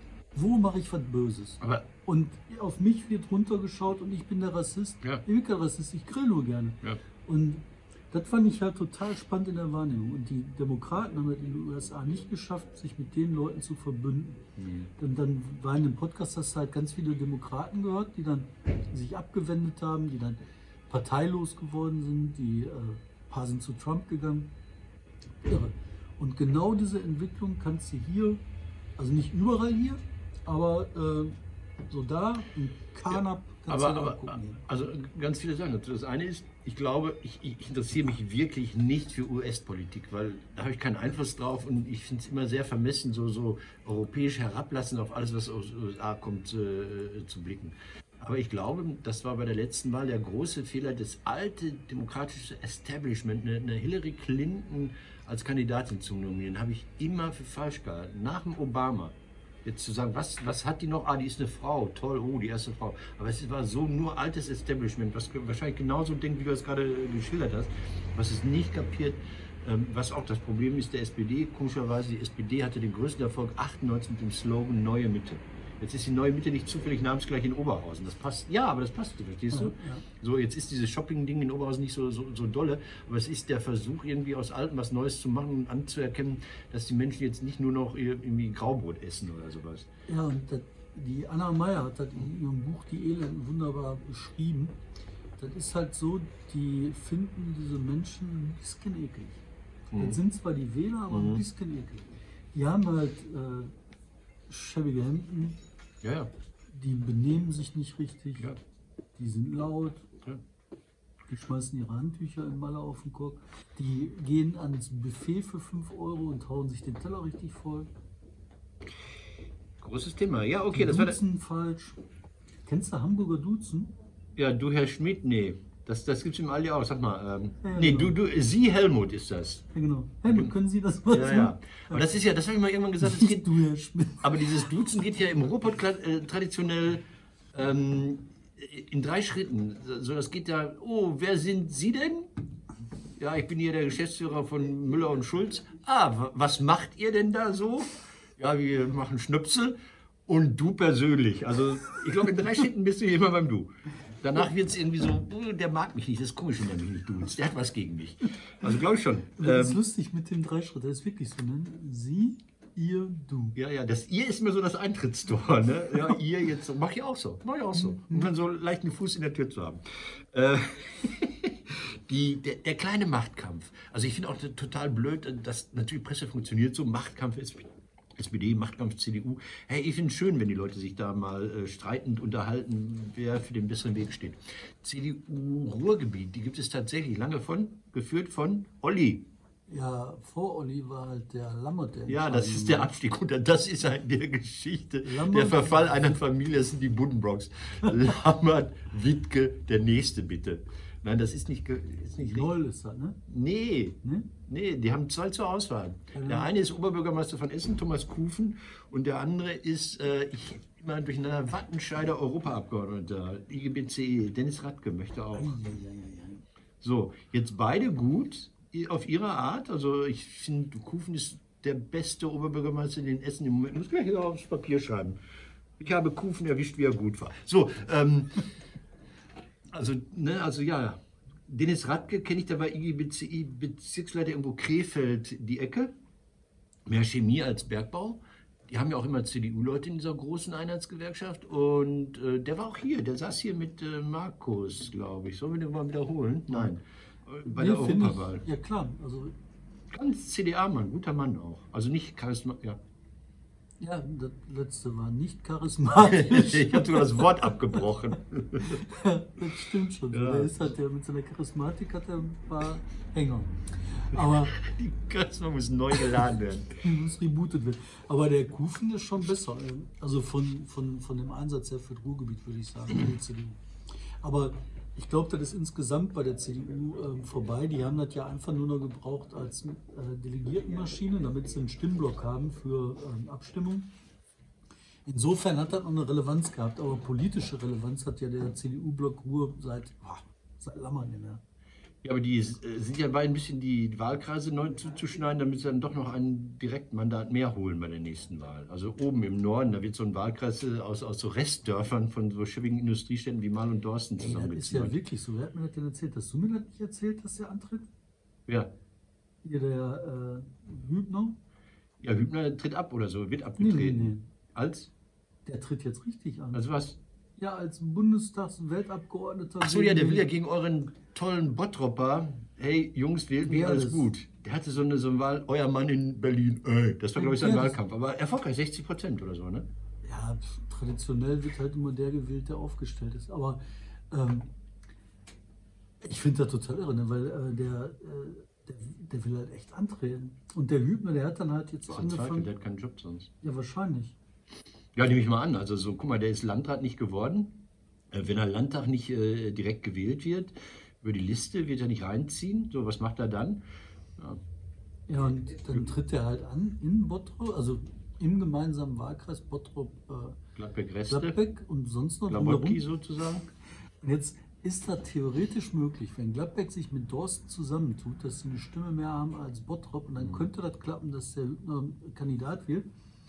Speaker 1: Wo mache ich was Böses?
Speaker 2: Aber
Speaker 1: Und auf mich wird runtergeschaut und ich bin der Rassist.
Speaker 2: Ja.
Speaker 1: Ich bin kein Rassist, ich grill nur gerne.
Speaker 2: ja.
Speaker 1: Und das fand ich halt total spannend in der Wahrnehmung. Und die Demokraten haben es in den U S A nicht geschafft, sich mit den Leuten zu verbünden.
Speaker 2: Mhm.
Speaker 1: Und dann war in dem Podcast, hast du halt ganz viele Demokraten gehört, die dann sich abgewendet haben, die dann parteilos geworden sind, die äh, ein paar sind zu Trump gegangen. Irre. Und genau diese Entwicklung kannst du hier, also nicht überall hier, aber äh, so da in Karnap kannst
Speaker 2: Aber,
Speaker 1: du da
Speaker 2: aber
Speaker 1: gucken. gehen.
Speaker 2: also ganz viele Sachen. Das eine ist, ich glaube, ich, ich interessiere mich wirklich nicht für U S-Politik, weil da habe ich keinen Einfluss drauf und ich finde es immer sehr vermessen, so, so europäisch herablassen auf alles, was aus den U S A kommt, äh, zu blicken. Aber ich glaube, das war bei der letzten Wahl der große Fehler, das alte demokratische Establishment, eine, eine Hillary Clinton als Kandidatin zu nominieren, habe ich immer für falsch gehalten. Nach dem Obama. Jetzt zu sagen, was, was hat die noch? Ah, die ist eine Frau, toll, oh, die erste Frau. Aber es war so nur altes Establishment, was wahrscheinlich genauso denkt, wie du es gerade geschildert hast, was es nicht kapiert, ähm, was auch das Problem ist der S P D. Komischerweise, die S P D hatte den größten Erfolg achtundneunzig mit dem Slogan Neue Mitte. Jetzt ist die Neue Mitte nicht zufällig namensgleich in Oberhausen. Das passt, ja, aber das passt, verstehst du?
Speaker 1: Ja, ja.
Speaker 2: So, jetzt ist dieses Shopping-Ding in Oberhausen nicht so, so, so dolle, aber es ist der Versuch, irgendwie aus Altem was Neues zu machen und anzuerkennen, dass die Menschen jetzt nicht nur noch irgendwie Graubrot essen oder sowas.
Speaker 1: Ja, und das, die Anna Meyer hat das in ihrem Buch Die Elenden wunderbar beschrieben. Das ist halt so, die finden diese Menschen ein bisschen eklig.
Speaker 2: Mhm.
Speaker 1: Das sind zwar die Wähler, aber
Speaker 2: Mhm.
Speaker 1: ein bisschen eklig. Die haben halt äh, schäbige Hemden,
Speaker 2: Ja, ja.
Speaker 1: die benehmen sich nicht richtig,
Speaker 2: Ja.
Speaker 1: die sind laut,
Speaker 2: Ja.
Speaker 1: die schmeißen ihre Handtücher in Malle auf den Korb, die gehen ans Buffet für fünf Euro und hauen sich den Teller richtig voll.
Speaker 2: Großes Thema. Ja, okay,
Speaker 1: Die
Speaker 2: das war der,
Speaker 1: duzen falsch. Kennst du Hamburger Duzen?
Speaker 2: ja, du Herr Schmidt, nee. Das, das gibt es im Aldi auch. Sag mal, ähm,
Speaker 1: Ja,
Speaker 2: nee,
Speaker 1: genau.
Speaker 2: du, du, Sie Helmut ist das.
Speaker 1: Ja, genau. Helmut, können Sie das mal
Speaker 2: Ja,
Speaker 1: tun?
Speaker 2: ja. Aber das ist ja, das habe ich mal irgendwann gesagt, es
Speaker 1: Nicht
Speaker 2: geht,
Speaker 1: du, Herr Schmidt.
Speaker 2: aber dieses Duzen geht ja im Ruhrpott äh, traditionell ähm, in drei Schritten. So, das geht ja, oh, wer sind Sie denn? Ja, ich bin hier der Geschäftsführer von Müller und Schulz. Ah, was macht ihr denn da so? Ja, wir machen Schnöpsel. Und du persönlich. Also, ich glaube, in drei Schritten bist du hier immer beim Du. Danach wird es irgendwie so, oh, der mag mich nicht, das ist komisch, wenn er mich nicht duzt. Der hat was gegen mich. Also, glaube ich schon.
Speaker 1: Das ist
Speaker 2: Ähm,
Speaker 1: lustig mit dem Dreischritt, das ist wirklich so, ne? Sie, ihr, du.
Speaker 2: Ja, ja, das Ihr ist mir so das Eintrittstor. Ne? Ja, ihr jetzt, so. Mach ich auch so. Mach ich auch so. Um dann so leichten Fuß in der Tür zu haben. Äh, die, der, der kleine Machtkampf. Also ich finde auch total blöd, dass natürlich Presse funktioniert so. Machtkampf ist S P D, Machtkampf C D U. Hey, ich finde es schön, wenn die Leute sich da mal äh, streitend unterhalten, wer für den besseren Weg steht. C D U Ruhrgebiet, die gibt es tatsächlich lange von, geführt von Olli.
Speaker 1: Ja, vor Olli war halt der Lammert. Der
Speaker 2: Ja, das ist der Abstieg und das ist halt der Geschichte.
Speaker 1: Lammert.
Speaker 2: Der Verfall einer Familie, das sind die Buddenbrocks. Lammert, Wittke, der Nächste bitte. Nein, das ist nicht, ge- ist nicht richtig.
Speaker 1: Noll ist das, ne?
Speaker 2: Nee,
Speaker 1: Ne?
Speaker 2: nee, die haben zwei zur Auswahl.
Speaker 1: Ja.
Speaker 2: Der eine ist Oberbürgermeister von Essen, Thomas Kufen, und der andere ist, äh, ich immer durcheinander, Wattenscheider Europaabgeordneter, I G B C E, Dennis Radke möchte auch. So, jetzt beide gut auf ihre Art. Also ich finde, Kufen ist der beste Oberbürgermeister in Essen im Moment. Ich muss gleich hier aufs Papier schreiben. Ich habe Kufen erwischt, wie er gut war. So, ähm, also, ne, also ja, Dennis Radke kenne ich, der war I G B C I Bezirksleiter irgendwo Krefeld, die Ecke. Mehr Chemie als Bergbau. Die haben ja auch immer C D U-Leute in dieser großen Einheitsgewerkschaft. Und äh, der war auch hier, der saß hier mit äh, Markus, glaube ich. Sollen wir den mal wiederholen? Nein. Äh, Bei
Speaker 1: Nee,
Speaker 2: der
Speaker 1: find
Speaker 2: Europawahl.
Speaker 1: ich, ja klar, also
Speaker 2: Ganz C D A-Mann, guter Mann auch. Also nicht Charisma. Ja.
Speaker 1: ja, das letzte war nicht charismatisch.
Speaker 2: Ich habe sogar das Wort abgebrochen.
Speaker 1: Das stimmt schon.
Speaker 2: Ja.
Speaker 1: Der ist halt, der mit seiner Charismatik hat er ein paar Hänger. Aber
Speaker 2: Die Charisma muss neu geladen werden.
Speaker 1: muss rebootet werden. Aber der Kufen ist schon besser. Also von, von, von dem Einsatz her für das Ruhrgebiet, würde ich sagen, für die C D U. Aber ich glaube, das ist insgesamt bei der C D U ähm, vorbei. Die haben das ja einfach nur noch gebraucht als äh, Delegiertenmaschine, damit sie einen Stimmblock haben für ähm, Abstimmung. Insofern hat das noch eine Relevanz gehabt, aber politische Relevanz hat ja der C D U-Block Ruhr seit, boah, seit Lammern nicht mehr.
Speaker 2: Ja, aber die äh, sind ja dabei, ein bisschen die Wahlkreise neu zuzuschneiden, damit sie dann doch noch ein Direktmandat mehr holen bei der nächsten Wahl. Also oben im Norden, da wird so ein Wahlkreis äh, aus, aus so Restdörfern von so schäbigen Industriestädten wie Mal und Dorsten
Speaker 1: Ey, das ist ja
Speaker 2: zusammengezogen.
Speaker 1: wirklich so. Wer hat mir das denn erzählt? Hast du mir das nicht erzählt, dass der antritt?
Speaker 2: Ja.
Speaker 1: Hier der äh, Hübner?
Speaker 2: Ja, Hübner tritt ab oder so, wird
Speaker 1: Nee,
Speaker 2: abgetreten.
Speaker 1: nee, nee.
Speaker 2: Als?
Speaker 1: Der tritt jetzt richtig an.
Speaker 2: Also was?
Speaker 1: Ja, als Bundestags-Weltabgeordneter.
Speaker 2: Ach so, ja, der will ja gegen euren tollen Bottropper, hey Jungs, wählt mich,
Speaker 1: Ja,
Speaker 2: alles
Speaker 1: das-
Speaker 2: gut. Der hatte so eine, so eine Wahl, euer Mann in Berlin, ey. Das war, glaube ich, sein
Speaker 1: Ja, das-
Speaker 2: Wahlkampf. Aber erfolgreich, sechzig Prozent oder so, ne?
Speaker 1: Ja, pf, traditionell wird halt immer der gewählt, der aufgestellt ist. Aber ähm, ich finde das total irre, ne? Weil äh, der, äh, der, der will halt echt antreten. Und der Hübner, der hat dann halt jetzt
Speaker 2: Das ist ein Zweifel,
Speaker 1: angefangen.
Speaker 2: der hat keinen Job sonst.
Speaker 1: Ja, wahrscheinlich.
Speaker 2: Ja, nehme ich mal an. Also so, guck mal, der ist Landrat nicht geworden. Äh, Wenn er Landtag nicht äh, direkt gewählt wird, über die Liste wird er nicht reinziehen. So, was macht er dann? Ja,
Speaker 1: Ja, und dann tritt er halt an in Bottrop, also im gemeinsamen Wahlkreis Bottrop, äh,
Speaker 2: Gladbeck-Reste,
Speaker 1: Gladbeck und sonst noch
Speaker 2: Glabotki
Speaker 1: drumherum.
Speaker 2: sozusagen.
Speaker 1: Und jetzt ist das theoretisch möglich, wenn Gladbeck sich mit Dorsten zusammentut, dass sie eine Stimme mehr haben als Bottrop und dann könnte das klappen, dass der Hübner Kandidat wird.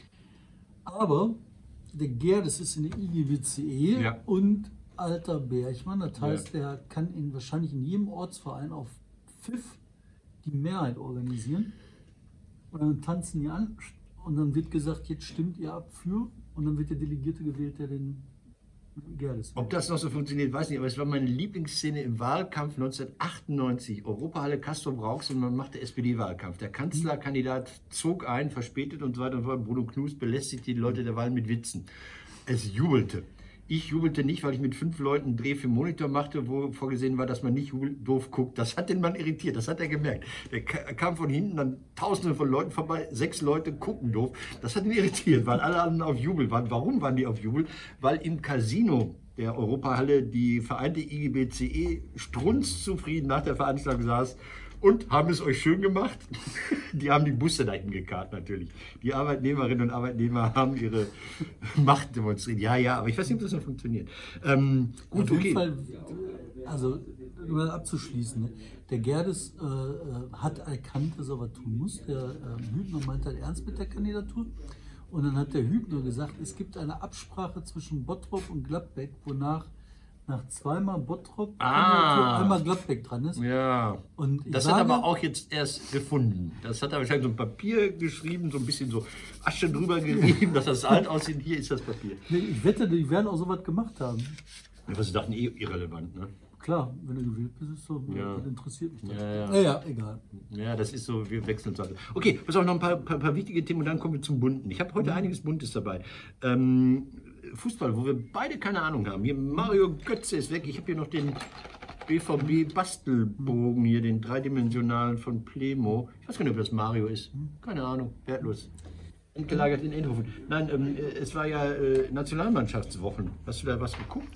Speaker 1: Aber der Gerdes ist in der I G B C E
Speaker 2: Ja.
Speaker 1: und alter Bergmann, das heißt, der kann in, wahrscheinlich in jedem Ortsverein auf Pfiff die Mehrheit organisieren. Und dann tanzen die an und dann wird gesagt, jetzt stimmt ihr ab für und dann wird der Delegierte gewählt, der den Gerdes
Speaker 2: Ob das noch so funktioniert, weiß nicht, aber es war meine Lieblingsszene im Wahlkampf neunzehnhundertachtundneunzig. Europahalle Castor-Brauchs und man machte S P D-Wahlkampf. Der Kanzlerkandidat zog ein, verspätet und so weiter und so fort. Bruno Knus belästigte die Leute der Wahl mit Witzen. Es jubelte. Ich jubelte nicht, weil ich mit fünf Leuten einen Dreh für den Monitor machte, wo vorgesehen war, dass man nicht jubel- doof guckt. Das hat den Mann irritiert, das hat er gemerkt. Der ka- kam von hinten, dann tausende von Leuten vorbei, sechs Leute gucken doof. Das hat ihn irritiert, weil alle anderen auf Jubel waren. Warum waren die auf Jubel? Weil im Casino der Europahalle die vereinte I G B C E strunzzufrieden nach der Veranstaltung saß und haben es euch schön gemacht. Die haben die Busse dahin gekarrt natürlich. Die Arbeitnehmerinnen und Arbeitnehmer haben ihre Macht demonstriert. Ja, ja, aber ich weiß nicht, ob das noch funktioniert. Ähm, gut,
Speaker 1: Auf jeden
Speaker 2: okay.
Speaker 1: Fall, also um das abzuschließen, ne? Der Gerdes äh, äh, hat erkannt, dass er was tun muss. Der äh, Hübner meint halt ernst mit der Kandidatur. Und dann hat der Hübner gesagt, es gibt eine Absprache zwischen Bottrop und Gladbeck, wonach nach zweimal Bottrop
Speaker 2: Ah.
Speaker 1: einmal Gladbeck dran ist.
Speaker 2: Ja,
Speaker 1: Und ich
Speaker 2: das hat
Speaker 1: sage-
Speaker 2: aber auch jetzt erst gefunden. Das hat er wahrscheinlich so ein Papier geschrieben, so ein bisschen so Asche drüber gerieben, dass das alt aussieht. Hier ist das Papier.
Speaker 1: Nee, ich wette, die werden auch sowas gemacht haben.
Speaker 2: Ja, was sie dachten, eh irrelevant, ne?
Speaker 1: Klar, wenn du gewählt bist, ist so,
Speaker 2: Ja.
Speaker 1: das interessiert mich das.
Speaker 2: Ja, ja.
Speaker 1: Naja, egal.
Speaker 2: Ja, das ist so, wir wechseln uns alle. Okay, pass auf, noch ein paar, paar, paar wichtige Themen und dann kommen wir zum Bunten. Ich habe heute einiges Buntes dabei. Ähm, Fußball, wo wir beide keine Ahnung haben. Hier Mario Götze ist weg. Ich habe hier noch den B V B-Bastelbogen, hier den dreidimensionalen von Plemo. Ich weiß gar nicht, ob das Mario ist. Keine Ahnung, wertlos. Entgelagert in Eindhoven. Nein, ähm, es war ja äh, Nationalmannschaftswochen. Hast du da was geguckt?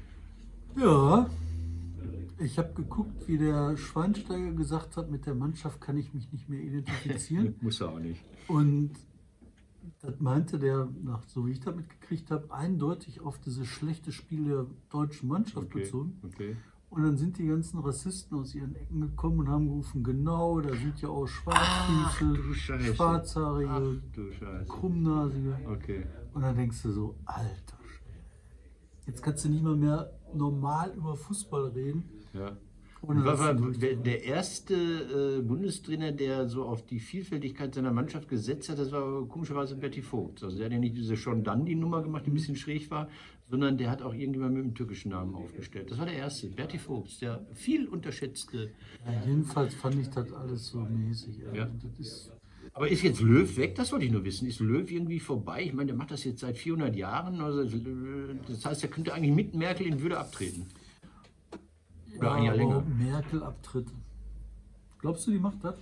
Speaker 1: Ja, ich habe geguckt, wie der Schweinsteiger gesagt hat, mit der Mannschaft kann ich mich nicht mehr identifizieren.
Speaker 2: Muss er auch nicht.
Speaker 1: Und das meinte der, nach, so wie ich das mitgekriegt habe, eindeutig auf dieses schlechte Spiel der deutschen Mannschaft
Speaker 2: Okay,
Speaker 1: bezogen.
Speaker 2: okay.
Speaker 1: Und dann sind die ganzen Rassisten aus ihren Ecken gekommen und haben gerufen, genau, da sind ja auch Schwarzfüße,
Speaker 2: du Scheiße.
Speaker 1: Schwarzhaarige,
Speaker 2: Ach du Scheiße.
Speaker 1: Krummnasige.
Speaker 2: Okay.
Speaker 1: Und dann denkst du so, alter Schwede. Jetzt kannst du nicht mal mehr normal über Fußball reden.
Speaker 2: Ja.
Speaker 1: Ohne
Speaker 2: War,
Speaker 1: dass
Speaker 2: war
Speaker 1: du
Speaker 2: der, der erste äh, Bundestrainer, der so auf die Vielfältigkeit seiner Mannschaft gesetzt hat, das war komischerweise Berti Vogt. Also der hat ja nicht diese schon dann die Nummer gemacht, die ein bisschen schräg war, sondern der hat auch irgendjemand mit einem türkischen Namen aufgestellt. Das war der erste, Berti Vogt, der viel unterschätzte.
Speaker 1: Ja, jedenfalls fand ich das alles so mäßig. Also
Speaker 2: Ja.
Speaker 1: das ist,
Speaker 2: Aber ist jetzt Löw weg? Das wollte ich nur wissen. Ist Löw irgendwie vorbei? Ich meine, der macht das jetzt seit vierhundert Jahren. Also, äh, das heißt, er könnte eigentlich mit Merkel in Würde abtreten. Oder ein Jahr
Speaker 1: aber
Speaker 2: länger.
Speaker 1: Merkel abtritt. Glaubst du, die macht das?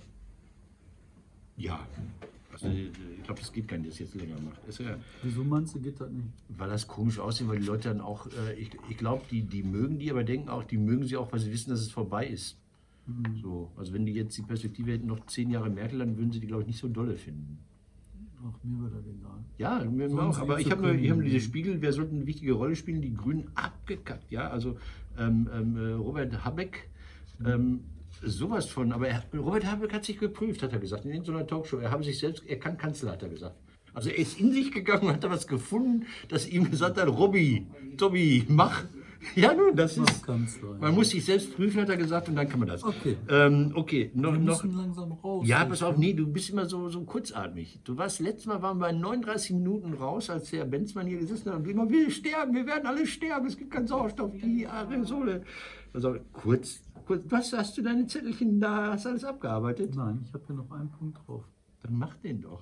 Speaker 2: Ja. Also, ich glaube, das geht gar nicht, dass jetzt länger macht. Ist ja,
Speaker 1: Wieso meinst du, geht das nicht?
Speaker 2: weil das komisch aussieht, weil die Leute dann auch, äh, ich, ich glaube, die, die mögen die, aber denken auch, die mögen sie auch, weil sie wissen, dass es vorbei ist. So, also wenn die jetzt die Perspektive hätten, noch zehn Jahre Merkel, dann würden sie die, glaube ich, nicht so dolle finden.
Speaker 1: Ach, mir wäre das egal.
Speaker 2: Ja, mir
Speaker 1: Sollen
Speaker 2: auch.
Speaker 1: sie
Speaker 2: Aber
Speaker 1: eh
Speaker 2: ich
Speaker 1: zur
Speaker 2: habe nur, ich hab nur
Speaker 1: Königin
Speaker 2: diese
Speaker 1: gehen.
Speaker 2: Spiegel, wer sollte eine wichtige Rolle spielen? Die Grünen abgekackt, ja. Also ähm, ähm, äh, Robert Habeck, ähm, sowas von. Aber er, Robert Habeck hat sich geprüft, hat er gesagt, in so einer Talkshow. Er habe sich selbst, er kann Kanzler, hat er gesagt. Also er ist in sich gegangen und hat da was gefunden, das ihm gesagt hat, Robby, Tobi, mach. Ja, nun, das
Speaker 1: Mach
Speaker 2: ist.
Speaker 1: Kanzler, ja.
Speaker 2: Man muss sich selbst prüfen, hat er gesagt, und dann kann man das.
Speaker 1: Okay.
Speaker 2: Ähm, okay, noch,
Speaker 1: Wir
Speaker 2: noch,
Speaker 1: müssen langsam raus.
Speaker 2: ja,
Speaker 1: jetzt,
Speaker 2: pass auf,
Speaker 1: ne?
Speaker 2: nee, du bist immer so, so kurzatmig. Du warst, letztes Mal waren wir in neununddreißig Minuten raus, als der Benzmann hier gesessen hat und immer, wir sterben, wir werden alle sterben, es gibt keinen Sauerstoff, die Aerosole. Also kurz, kurz, was hast du deine Zettelchen da, hast alles abgearbeitet?
Speaker 1: Nein, ich habe hier noch einen Punkt drauf.
Speaker 2: Dann mach den doch.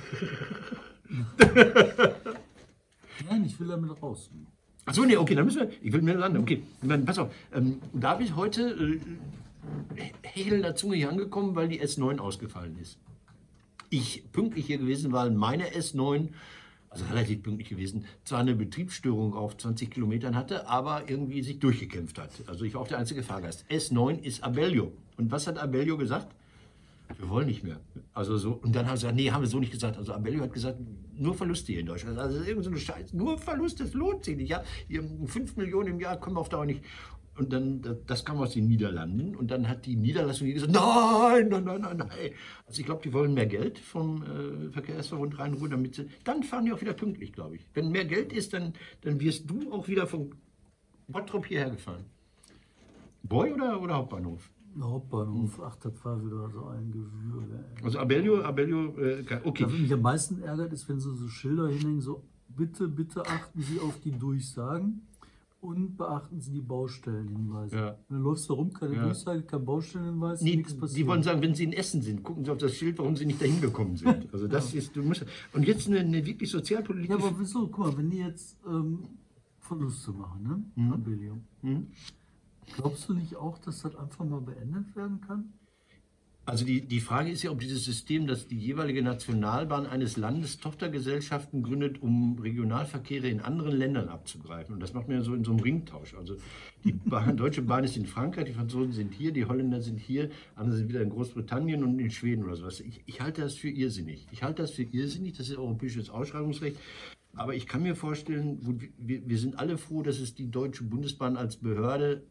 Speaker 1: Nein, ich will damit raus.
Speaker 2: Achso, nee, okay, dann müssen wir, ich will mir landen, okay. Dann, pass auf, ähm, David heute äh, hechelnder Zunge hier angekommen, weil die S neun ausgefallen ist. Ich pünktlich hier gewesen, weil meine S neun, also relativ pünktlich gewesen, zwar eine Betriebsstörung auf zwanzig Kilometern hatte, aber irgendwie sich durchgekämpft hat. Also ich war auch der einzige Fahrgast. S neun ist Abellio. Und was hat Abellio gesagt? Wir wollen nicht mehr. Also so, und dann haben sie gesagt, nee, haben wir so nicht gesagt. Also Abellio hat gesagt, nur Verluste hier in Deutschland. Also irgend so eine Scheiße, nur Verluste, das lohnt sich nicht. Ja? Hier fünf Millionen im Jahr kommen wir auf Dauer nicht. Und dann, das, das kam aus den Niederlanden. Und dann hat die Niederlassung hier gesagt, nein, nein, nein, nein, nein. Also ich glaube, die wollen mehr Geld vom äh, Verkehrsverbund Rhein-Ruhr, damit sie, dann fahren die auch wieder pünktlich, glaube ich. Wenn mehr Geld ist, dann, dann wirst du auch wieder von Bottrop hierher gefahren. Boy oder, oder Hauptbahnhof?
Speaker 1: Hauptbahnhof, ach, das war wieder so ein Gewürge. ey.
Speaker 2: Also Abellio, Abellio, äh, okay.
Speaker 1: Was mich am meisten ärgert, ist, wenn so, so Schilder hinhängen, so bitte, bitte achten Sie auf die Durchsagen und beachten Sie die Baustellenhinweise.
Speaker 2: Ja.
Speaker 1: Dann läufst du rum, keine
Speaker 2: Ja.
Speaker 1: Durchsage, kein Baustellenhinweis,
Speaker 2: Nee,
Speaker 1: nichts passiert.
Speaker 2: die wollen sagen, wenn sie in Essen sind, gucken sie auf das Schild, warum sie nicht dahin gekommen sind. Also das ist, du musst. Und jetzt eine, eine wirklich
Speaker 1: Ja,
Speaker 2: sozialpolitische.
Speaker 1: aber wieso? Guck mal, wenn die jetzt ähm, Verluste machen, ne?
Speaker 2: Mhm.
Speaker 1: Abellio.
Speaker 2: Hm?
Speaker 1: Glaubst du nicht auch, dass das einfach mal beendet werden kann?
Speaker 2: Also die, die Frage ist ja, ob dieses System, dass die jeweilige Nationalbahn eines Landes Tochtergesellschaften gründet, um Regionalverkehre in anderen Ländern abzugreifen. Und das macht man ja so in so einem Ringtausch. Also die Bahn, Deutsche Bahn ist in Frankreich, die Franzosen sind hier, die Holländer sind hier, andere sind wieder in Großbritannien und in Schweden oder sowas. Ich, ich halte das für irrsinnig. Ich halte das für irrsinnig, das ist europäisches Ausschreibungsrecht. Aber ich kann mir vorstellen, gut, wir, wir sind alle froh, dass es die Deutsche Bundesbahn als Behörde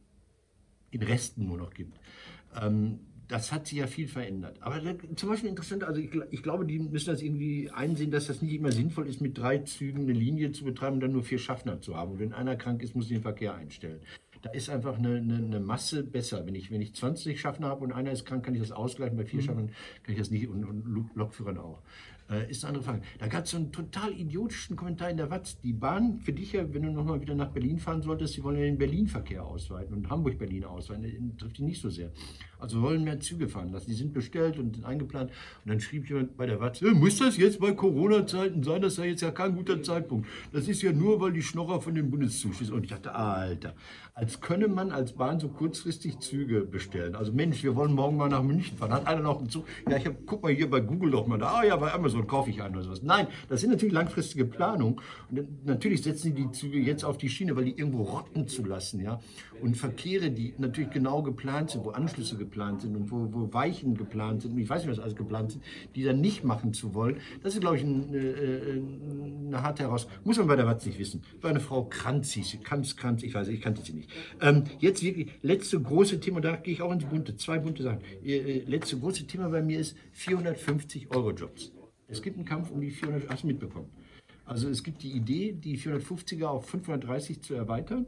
Speaker 2: in Resten nur noch gibt. Ähm, Das hat sich ja viel verändert. Aber das, zum Beispiel interessant, also ich, ich glaube, die müssen das irgendwie einsehen, dass das nicht immer sinnvoll ist, mit drei Zügen eine Linie zu betreiben und dann nur vier Schaffner zu haben. Und wenn einer krank ist, muss ich den Verkehr einstellen. Da ist einfach eine, eine, eine Masse besser. Wenn ich, wenn ich zwanzig Schaffner habe und einer ist krank, kann ich das ausgleichen. Bei vier mhm. Schaffnern kann ich das nicht und, und Lokführern auch. Äh, ist eine andere Frage. Da gab es so einen total idiotischen Kommentar in der Watz. Die Bahn, für dich ja, wenn du nochmal wieder nach Berlin fahren solltest, die wollen ja den Berlin-Verkehr ausweiten und Hamburg-Berlin ausweiten. Das trifft die nicht so sehr. Also wollen mehr Züge fahren lassen. Die sind bestellt und eingeplant. Und dann schrieb jemand bei der Watz, muss das jetzt bei Corona-Zeiten sein? Das ist ja jetzt ja kein guter Zeitpunkt. Das ist ja nur, weil die Schnorrer von den Bundeszuschüssen. Und ich dachte, Alter, als könne man als Bahn so kurzfristig Züge bestellen. Also Mensch, wir wollen morgen mal nach München fahren. Hat einer noch einen Zug? Ja, ich hab, guck mal hier bei Google doch mal da. Ah ja, bei Amazon kaufe ich einen oder sowas. Nein, das sind natürlich langfristige Planungen. Und natürlich setzen die die Züge jetzt auf die Schiene, weil die irgendwo rotten zu lassen. Ja? Und Verkehre, die natürlich genau geplant sind, wo Anschlüsse geplant sind und wo, wo Weichen geplant sind, und ich weiß nicht, was alles geplant sind, die dann nicht machen zu wollen, das ist, glaube ich, ein, äh, eine harte Herausforderung. Muss man bei der Watz nicht wissen. Bei einer Frau Kranz hieß sie, Kranz, Kranz, ich weiß, ich kannte sie nicht. Ähm, jetzt wirklich, letzte große Thema, da gehe ich auch ins Bunte, zwei bunte Sachen. Äh, letzte große Thema bei mir ist vierhundertfünfzig Euro Jobs. Es gibt einen Kampf um die vierhundert, hast du mitbekommen. Also es gibt die Idee, die vierhundertfünfziger auf fünfhundertdreißig zu erweitern.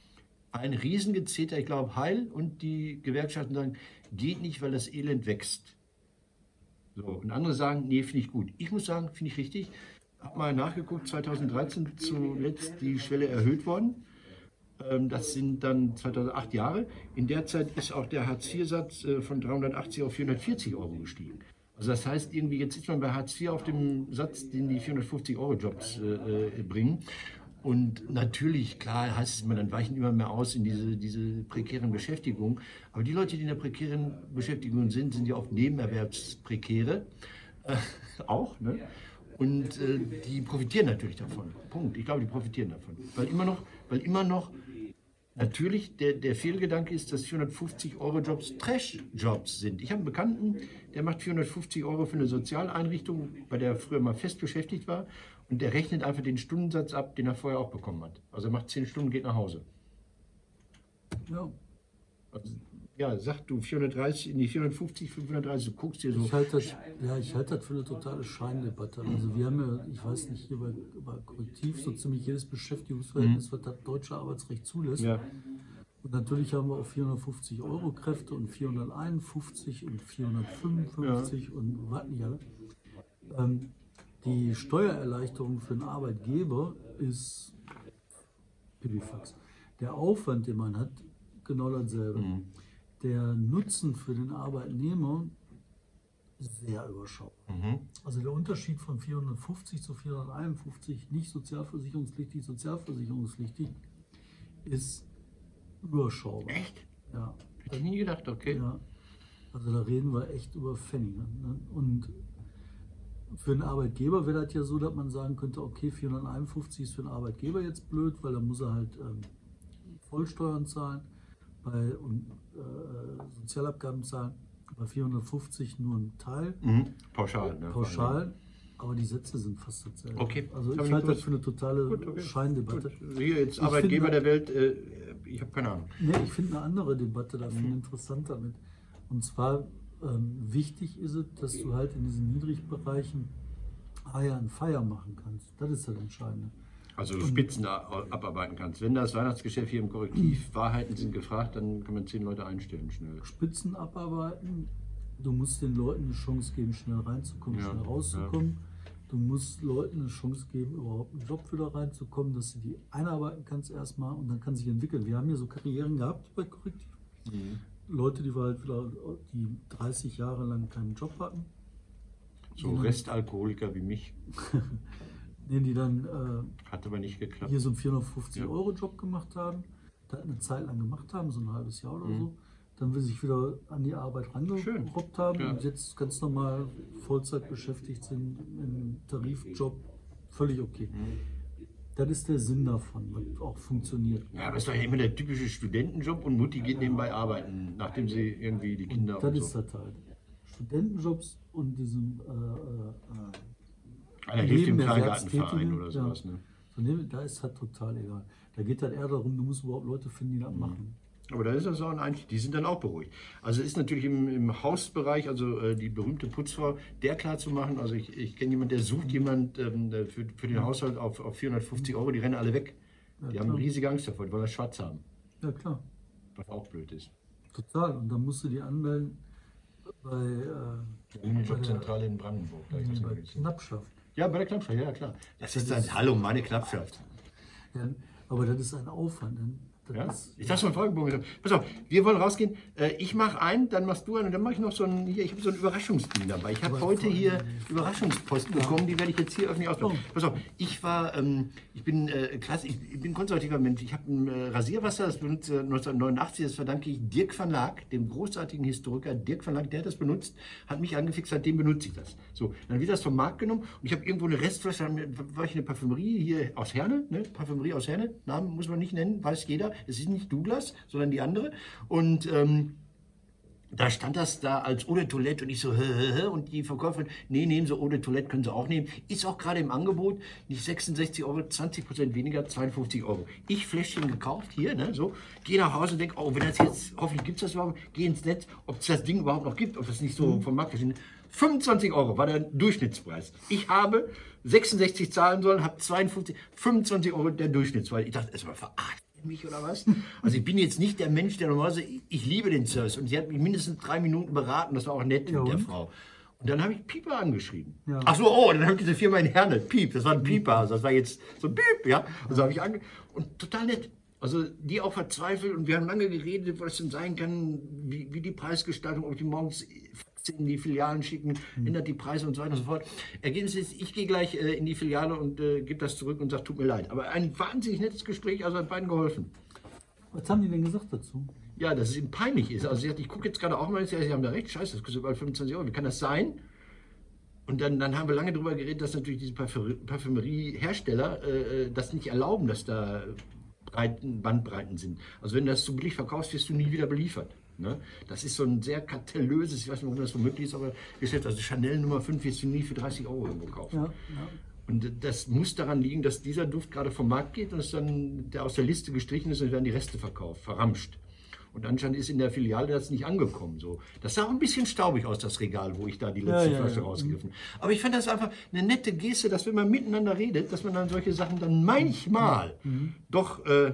Speaker 2: Ein Riesengezeter, ich glaube Heil und die Gewerkschaften sagen, geht nicht, weil das Elend wächst. So, und andere sagen, nee, finde ich gut. Ich muss sagen, finde ich richtig. Habe mal nachgeguckt, zweitausenddreizehn zuletzt die Schwelle erhöht worden. Das sind dann zweitausendacht Jahre. In der Zeit ist auch der Hartz vier Satz von dreihundertachtzig auf vierhundertvierzig Euro gestiegen. Also das heißt, irgendwie jetzt ist man bei Hartz vier auf dem Satz, den die vierhundertfünfzig Euro Jobs äh, bringen. Und natürlich, klar, heißt es immer, dann weichen immer mehr aus in diese, diese prekären Beschäftigungen. Aber die Leute, die in der prekären Beschäftigung sind, sind ja oft Nebenerwerbsprekäre. Äh, auch, ne? Und äh, die profitieren natürlich davon. Punkt. Ich glaube, die profitieren davon. Weil immer noch, weil immer noch natürlich der, der Fehlgedanke ist, dass vierhundertfünfzig Euro Jobs Trash-Jobs sind. Ich habe einen Bekannten, der macht vierhundertfünfzig Euro für eine Sozialeinrichtung, bei der er früher mal fest beschäftigt war. Und der rechnet einfach den Stundensatz ab, den er vorher auch bekommen hat. Also er macht zehn Stunden, geht nach Hause.
Speaker 1: Ja.
Speaker 2: Also, ja, sag du vierhundertdreißig, nee, vierhundertfünfzig, fünfhundertdreißig, du guckst dir so.
Speaker 1: Ich halte das, ja, ich halte das für eine totale Scheindebatte. Also wir haben ja, ich weiß nicht, hier bei, bei Korrektiv so ziemlich jedes Beschäftigungsverhältnis, mhm. was das deutsche Arbeitsrecht zulässt. Ja. Und natürlich haben wir auch vierhundertfünfzig Euro Kräfte und vierhunderteinundfünfzig und vierhundertfünfundfünfzig ja. und was nicht alle. Ähm, die Steuererleichterung für den Arbeitgeber ist Pipifax. Der Aufwand, den man hat, genau dasselbe. Mhm. Der Nutzen für den Arbeitnehmer ist sehr überschaubar. Mhm. Also der Unterschied von vierhundertfünfzig zu vierhunderteinundfünfzig, nicht sozialversicherungspflichtig, sozialversicherungspflichtig, ist überschaubar.
Speaker 2: Echt?
Speaker 1: Ja.
Speaker 2: Hätte ich nie gedacht, okay.
Speaker 1: Ja. Also da reden wir echt über Pfennige. Ne? Und für einen Arbeitgeber wäre das ja so, dass man sagen könnte, okay, vierhunderteinundfünfzig ist für den Arbeitgeber jetzt blöd, weil da muss er halt ähm, Vollsteuern zahlen bei, und äh, Sozialabgaben zahlen. Bei vierhundertfünfzig nur ein Teil.
Speaker 2: Mhm. Pauschal. Ne?
Speaker 1: Pauschal. Aber die Sätze sind fast dasselbe.
Speaker 2: Okay.
Speaker 1: Also ich halte das für eine totale Gut, okay. Scheindebatte.
Speaker 2: Gut. Hier jetzt Arbeitgeber finde, der Welt, äh, ich habe keine Ahnung.
Speaker 1: Nee, ich finde eine andere Debatte da viel mhm. interessanter mit. Und zwar ähm, wichtig ist es, dass du halt in diesen Niedrigbereichen Hire and Fire machen kannst. Das ist das Entscheidende.
Speaker 2: Also du Spitzen abarbeiten kannst. Wenn das Weihnachtsgeschäft hier im Korrektiv Wahrheiten sind gefragt, dann kann man zehn Leute einstellen schnell.
Speaker 1: Spitzen abarbeiten, du musst den Leuten eine Chance geben, schnell reinzukommen, ja, schnell rauszukommen. Ja. Du musst Leuten eine Chance geben, überhaupt einen Job wieder reinzukommen, dass du die einarbeiten kannst erstmal und dann kann sich entwickeln. Wir haben hier so Karrieren gehabt bei Korrektiv. Mhm. Leute, die, halt wieder, die dreißig Jahre lang keinen Job hatten.
Speaker 2: So Restalkoholiker wie mich.
Speaker 1: Nee, die dann äh,
Speaker 2: hat aber nicht geklappt.
Speaker 1: Hier so einen vierhundertfünfzig Euro Job gemacht haben, das eine Zeit lang gemacht haben, so ein halbes Jahr oder mhm. so, dann will sich wieder an die Arbeit rangerobbt haben
Speaker 2: Ja.
Speaker 1: und jetzt ganz normal Vollzeit beschäftigt sind im Tarifjob, völlig okay. Das ist der Sinn davon, was auch funktioniert.
Speaker 2: Ja, aber es ist doch immer der typische Studentenjob und Mutti geht nebenbei arbeiten, nachdem sie irgendwie die Kinder
Speaker 1: Das
Speaker 2: und
Speaker 1: ist
Speaker 2: so.
Speaker 1: das halt. Studentenjobs und diesem äh, äh,
Speaker 2: Einer hilft im
Speaker 1: Nebenerwerbstätigen,
Speaker 2: Kleingartenverein oder
Speaker 1: ja.
Speaker 2: sowas. Ne?
Speaker 1: So, ne, da ist halt total egal. Da geht halt eher darum, du musst überhaupt Leute finden, die das
Speaker 2: Mhm.
Speaker 1: machen.
Speaker 2: Aber da ist das auch ein Einstieg. Die sind dann auch beruhigt. Also ist natürlich im, im Hausbereich, also äh, die berühmte Putzfrau, der klar zu machen. Also ich, ich kenne jemanden, der sucht jemand ähm, für, für den Haushalt auf, auf vierhundertfünfzig Euro, die rennen alle weg.
Speaker 1: Ja,
Speaker 2: Die haben
Speaker 1: klar.
Speaker 2: riesige Angst davor, die wollen das schwarz haben.
Speaker 1: Ja, klar.
Speaker 2: Was auch blöd ist.
Speaker 1: Total. Und dann musst du die anmelden bei, äh,
Speaker 2: Die Jobzentrale in Brandenburg. Da ich das
Speaker 1: bei
Speaker 2: nicht gesehen.
Speaker 1: Knappschaft.
Speaker 2: Ja, bei der Knappschaft, ja klar. Das ist dann, hallo, meine Knappschaft.
Speaker 1: Ja, aber das ist ein Aufwand. Ne? Das
Speaker 2: Ja?
Speaker 1: ist,
Speaker 2: Ich dachte schon Fragebogen. Pass auf, wir wollen rausgehen. Äh, Ich mache einen, dann machst du einen und dann mache ich noch so ein, hier, ich habe so ein Überraschungsding dabei. Ich habe
Speaker 1: Aber
Speaker 2: heute
Speaker 1: vor
Speaker 2: hier
Speaker 1: allem-
Speaker 2: Überraschungspost bekommen, die werde ich jetzt hier öffentlich auspacken.
Speaker 1: Oh.
Speaker 2: Pass auf, ich war, ähm, ich bin äh, klasse, ich, ich bin konservativer Mensch. Ich habe ein äh, Rasierwasser, das benutzt äh, neunzehnhundertneunundachtzig, das verdanke ich Dirk van Laak, dem großartigen Historiker Dirk van Laak, der hat das benutzt, hat mich angefixt, seitdem benutze ich das. So, dann wird das vom Markt genommen und ich habe irgendwo eine Restflasche, dann war ich in der Parfümerie hier aus Herne, ne? Parfümerie aus Herne, Namen muss man nicht nennen, weiß jeder, es ist nicht Douglas, sondern die andere. Und ähm, da stand das da als Eau de Toilette und ich so, hä, hä, hä, und die Verkäuferin, nee, nehmen Sie Eau de Toilette, können Sie auch nehmen. Ist auch gerade im Angebot, nicht sechsundsechzig Euro, zwanzig Prozent weniger, zweiundfünfzig Euro. Ich Fläschchen gekauft, hier, ne, so, gehe nach Hause und denke, oh, wenn das jetzt, hoffentlich gibt es das überhaupt, gehe ins Netz, ob es das Ding überhaupt noch gibt, ob das nicht so vom Markt ist. fünfundzwanzig Euro war der Durchschnittspreis. Ich habe sechsundsechzig zahlen sollen, habe zweiundfünfzig, fünfundzwanzig Euro der Durchschnittspreis. Ich dachte, erstmal verarscht mich oder was? Also ich bin jetzt nicht der Mensch, der normalerweise, ich, ich liebe den Service und sie hat mich mindestens drei Minuten beraten, das war auch nett
Speaker 1: Ja,
Speaker 2: mit der
Speaker 1: und?
Speaker 2: Frau. Und dann habe ich Pieper angeschrieben.
Speaker 1: Ja.
Speaker 2: Ach so, oh, dann habe ich diese Firma in Herne, Piep, das war ein Pieper, also das war jetzt so ein Piep, ja. Und so habe ich ange und total nett. Also die auch verzweifelt und wir haben lange geredet, was denn sein kann, wie, wie die Preisgestaltung, ob die morgens in die Filialen schicken, ändert die Preise und so weiter und so fort. Ergebnis ist, ich gehe gleich äh, in die Filiale und äh, gebe das zurück und sage, tut mir leid. Aber ein wahnsinnig nettes Gespräch, also hat beiden geholfen.
Speaker 1: Was haben die denn gesagt dazu?
Speaker 2: Ja, dass es ihm peinlich ist. Also sie sagt, ich gucke jetzt gerade auch mal, sie haben da recht, scheiße, das kostet bald fünfundzwanzig Euro, wie kann das sein? Und dann, dann haben wir lange darüber geredet, dass natürlich diese Parfü- Parfümeriehersteller äh, das nicht erlauben, dass da Breiten, Bandbreiten sind. Also wenn du das zu billig verkaufst, wirst du nie wieder beliefert. Ne? Das ist so ein sehr kartellöses, ich weiß nicht, ob das so möglich ist, aber Geschäft, also Chanel Nummer fünf wirst du nie für dreißig Euro irgendwo kaufen.
Speaker 1: Ja, ja.
Speaker 2: Und das muss daran liegen, dass dieser Duft gerade vom Markt geht und es dann der aus der Liste gestrichen ist und werden die Reste verkauft, verramscht. Und anscheinend ist in der Filiale das nicht angekommen. So. Das sah auch ein bisschen staubig aus, das Regal, wo ich da die letzte
Speaker 1: Ja, ja,
Speaker 2: Flasche
Speaker 1: ja.
Speaker 2: rausgegriffen habe. Aber ich fand das einfach eine nette Geste, dass wenn man miteinander redet, dass man dann solche Sachen dann manchmal
Speaker 1: Mhm.
Speaker 2: doch äh,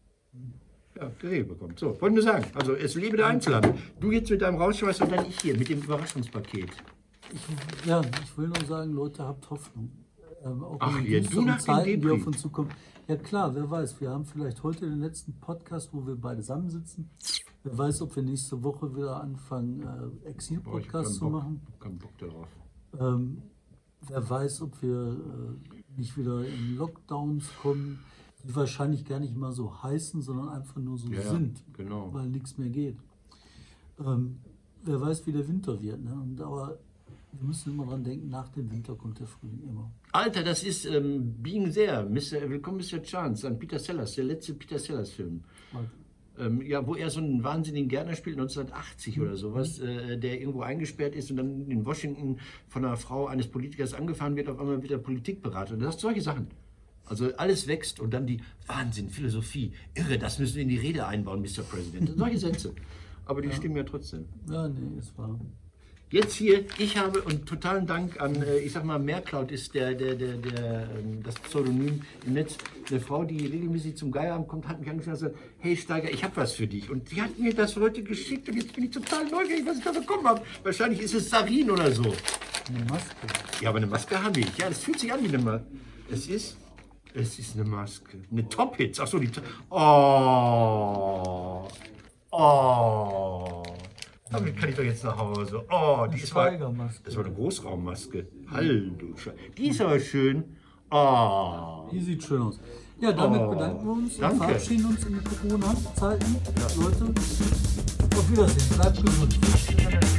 Speaker 2: ja, geregelt bekommt. So, wollte nur sagen, also es lebe der Einzelhandel. Du jetzt mit deinem Rausschmeiß und dann ich hier mit dem Überraschungspaket.
Speaker 1: Ja, ich will nur sagen, Leute, habt Hoffnung. Ähm, auch
Speaker 2: Ach,
Speaker 1: in den
Speaker 2: ihr, du
Speaker 1: düsteren
Speaker 2: nach dem
Speaker 1: Zeiten, die
Speaker 2: Depri.
Speaker 1: auf uns zukommen. Ja klar, wer weiß, wir haben vielleicht heute den letzten Podcast, wo wir beide zusammensitzen. Wer weiß, ob wir nächste Woche wieder anfangen, äh, Exil-Podcast zu machen.
Speaker 2: Ich hab keinen Bock darauf.
Speaker 1: Ähm, wer weiß, ob wir äh, nicht wieder in Lockdowns kommen, die wahrscheinlich gar nicht mal so heißen, sondern einfach nur so
Speaker 2: Ja, ja,
Speaker 1: sind,
Speaker 2: genau.
Speaker 1: weil nichts mehr geht. Ähm, wer weiß, wie der Winter wird. Ne? Und, aber wir müssen immer dran denken, nach dem Winter kommt der Frühling immer.
Speaker 2: Alter, das ist ähm, Being There, Mister Willkommen Mister Chance, an Peter Sellers, der letzte Peter Sellers-Film. Ähm, ja, wo er so einen wahnsinnigen Gärtner spielt, neunzehnhundertachtzig oder sowas, äh, der irgendwo eingesperrt ist und dann in Washington von einer Frau eines Politikers angefahren wird, auf einmal wird er Politikberater. Und das sind solche Sachen. Also alles wächst und dann die Wahnsinn, Philosophie, irre, das müssen wir in die Rede einbauen, Mister President. Solche Sätze. Aber die stimmen ja trotzdem.
Speaker 1: Ja, nee, es war.
Speaker 2: Jetzt hier, ich habe, und totalen Dank an, äh, ich sag mal, Meercloud ist der, der, der, der, ähm, das Pseudonym im Netz. Eine Frau, die regelmäßig zum Geierabend kommt, hat mich angesprochen und gesagt, hey Steiger, ich habe was für dich. Und die hat mir das heute geschickt und jetzt bin ich total neugierig, was ich da bekommen habe. Wahrscheinlich ist es Sarin oder so.
Speaker 1: Eine Maske.
Speaker 2: Ja, aber eine Maske habe ich. Ja, das fühlt sich an wie eine Maske. Es ist, es ist eine Maske. Eine Top-Hits. Achso, die Top... Oh. Oh. Damit kann ich doch jetzt nach Hause. Oh, die ist mal,
Speaker 1: Steigermaske.
Speaker 2: das war eine Großraummaske. Hallo, Sche- die ist aber schön. Oh.
Speaker 1: Die sieht schön aus. Ja, damit
Speaker 2: Oh,
Speaker 1: bedanken wir uns
Speaker 2: danke.
Speaker 1: und verabschieden uns in die Corona-Zeiten. Leute, Auf Wiedersehen, bleibt gesund.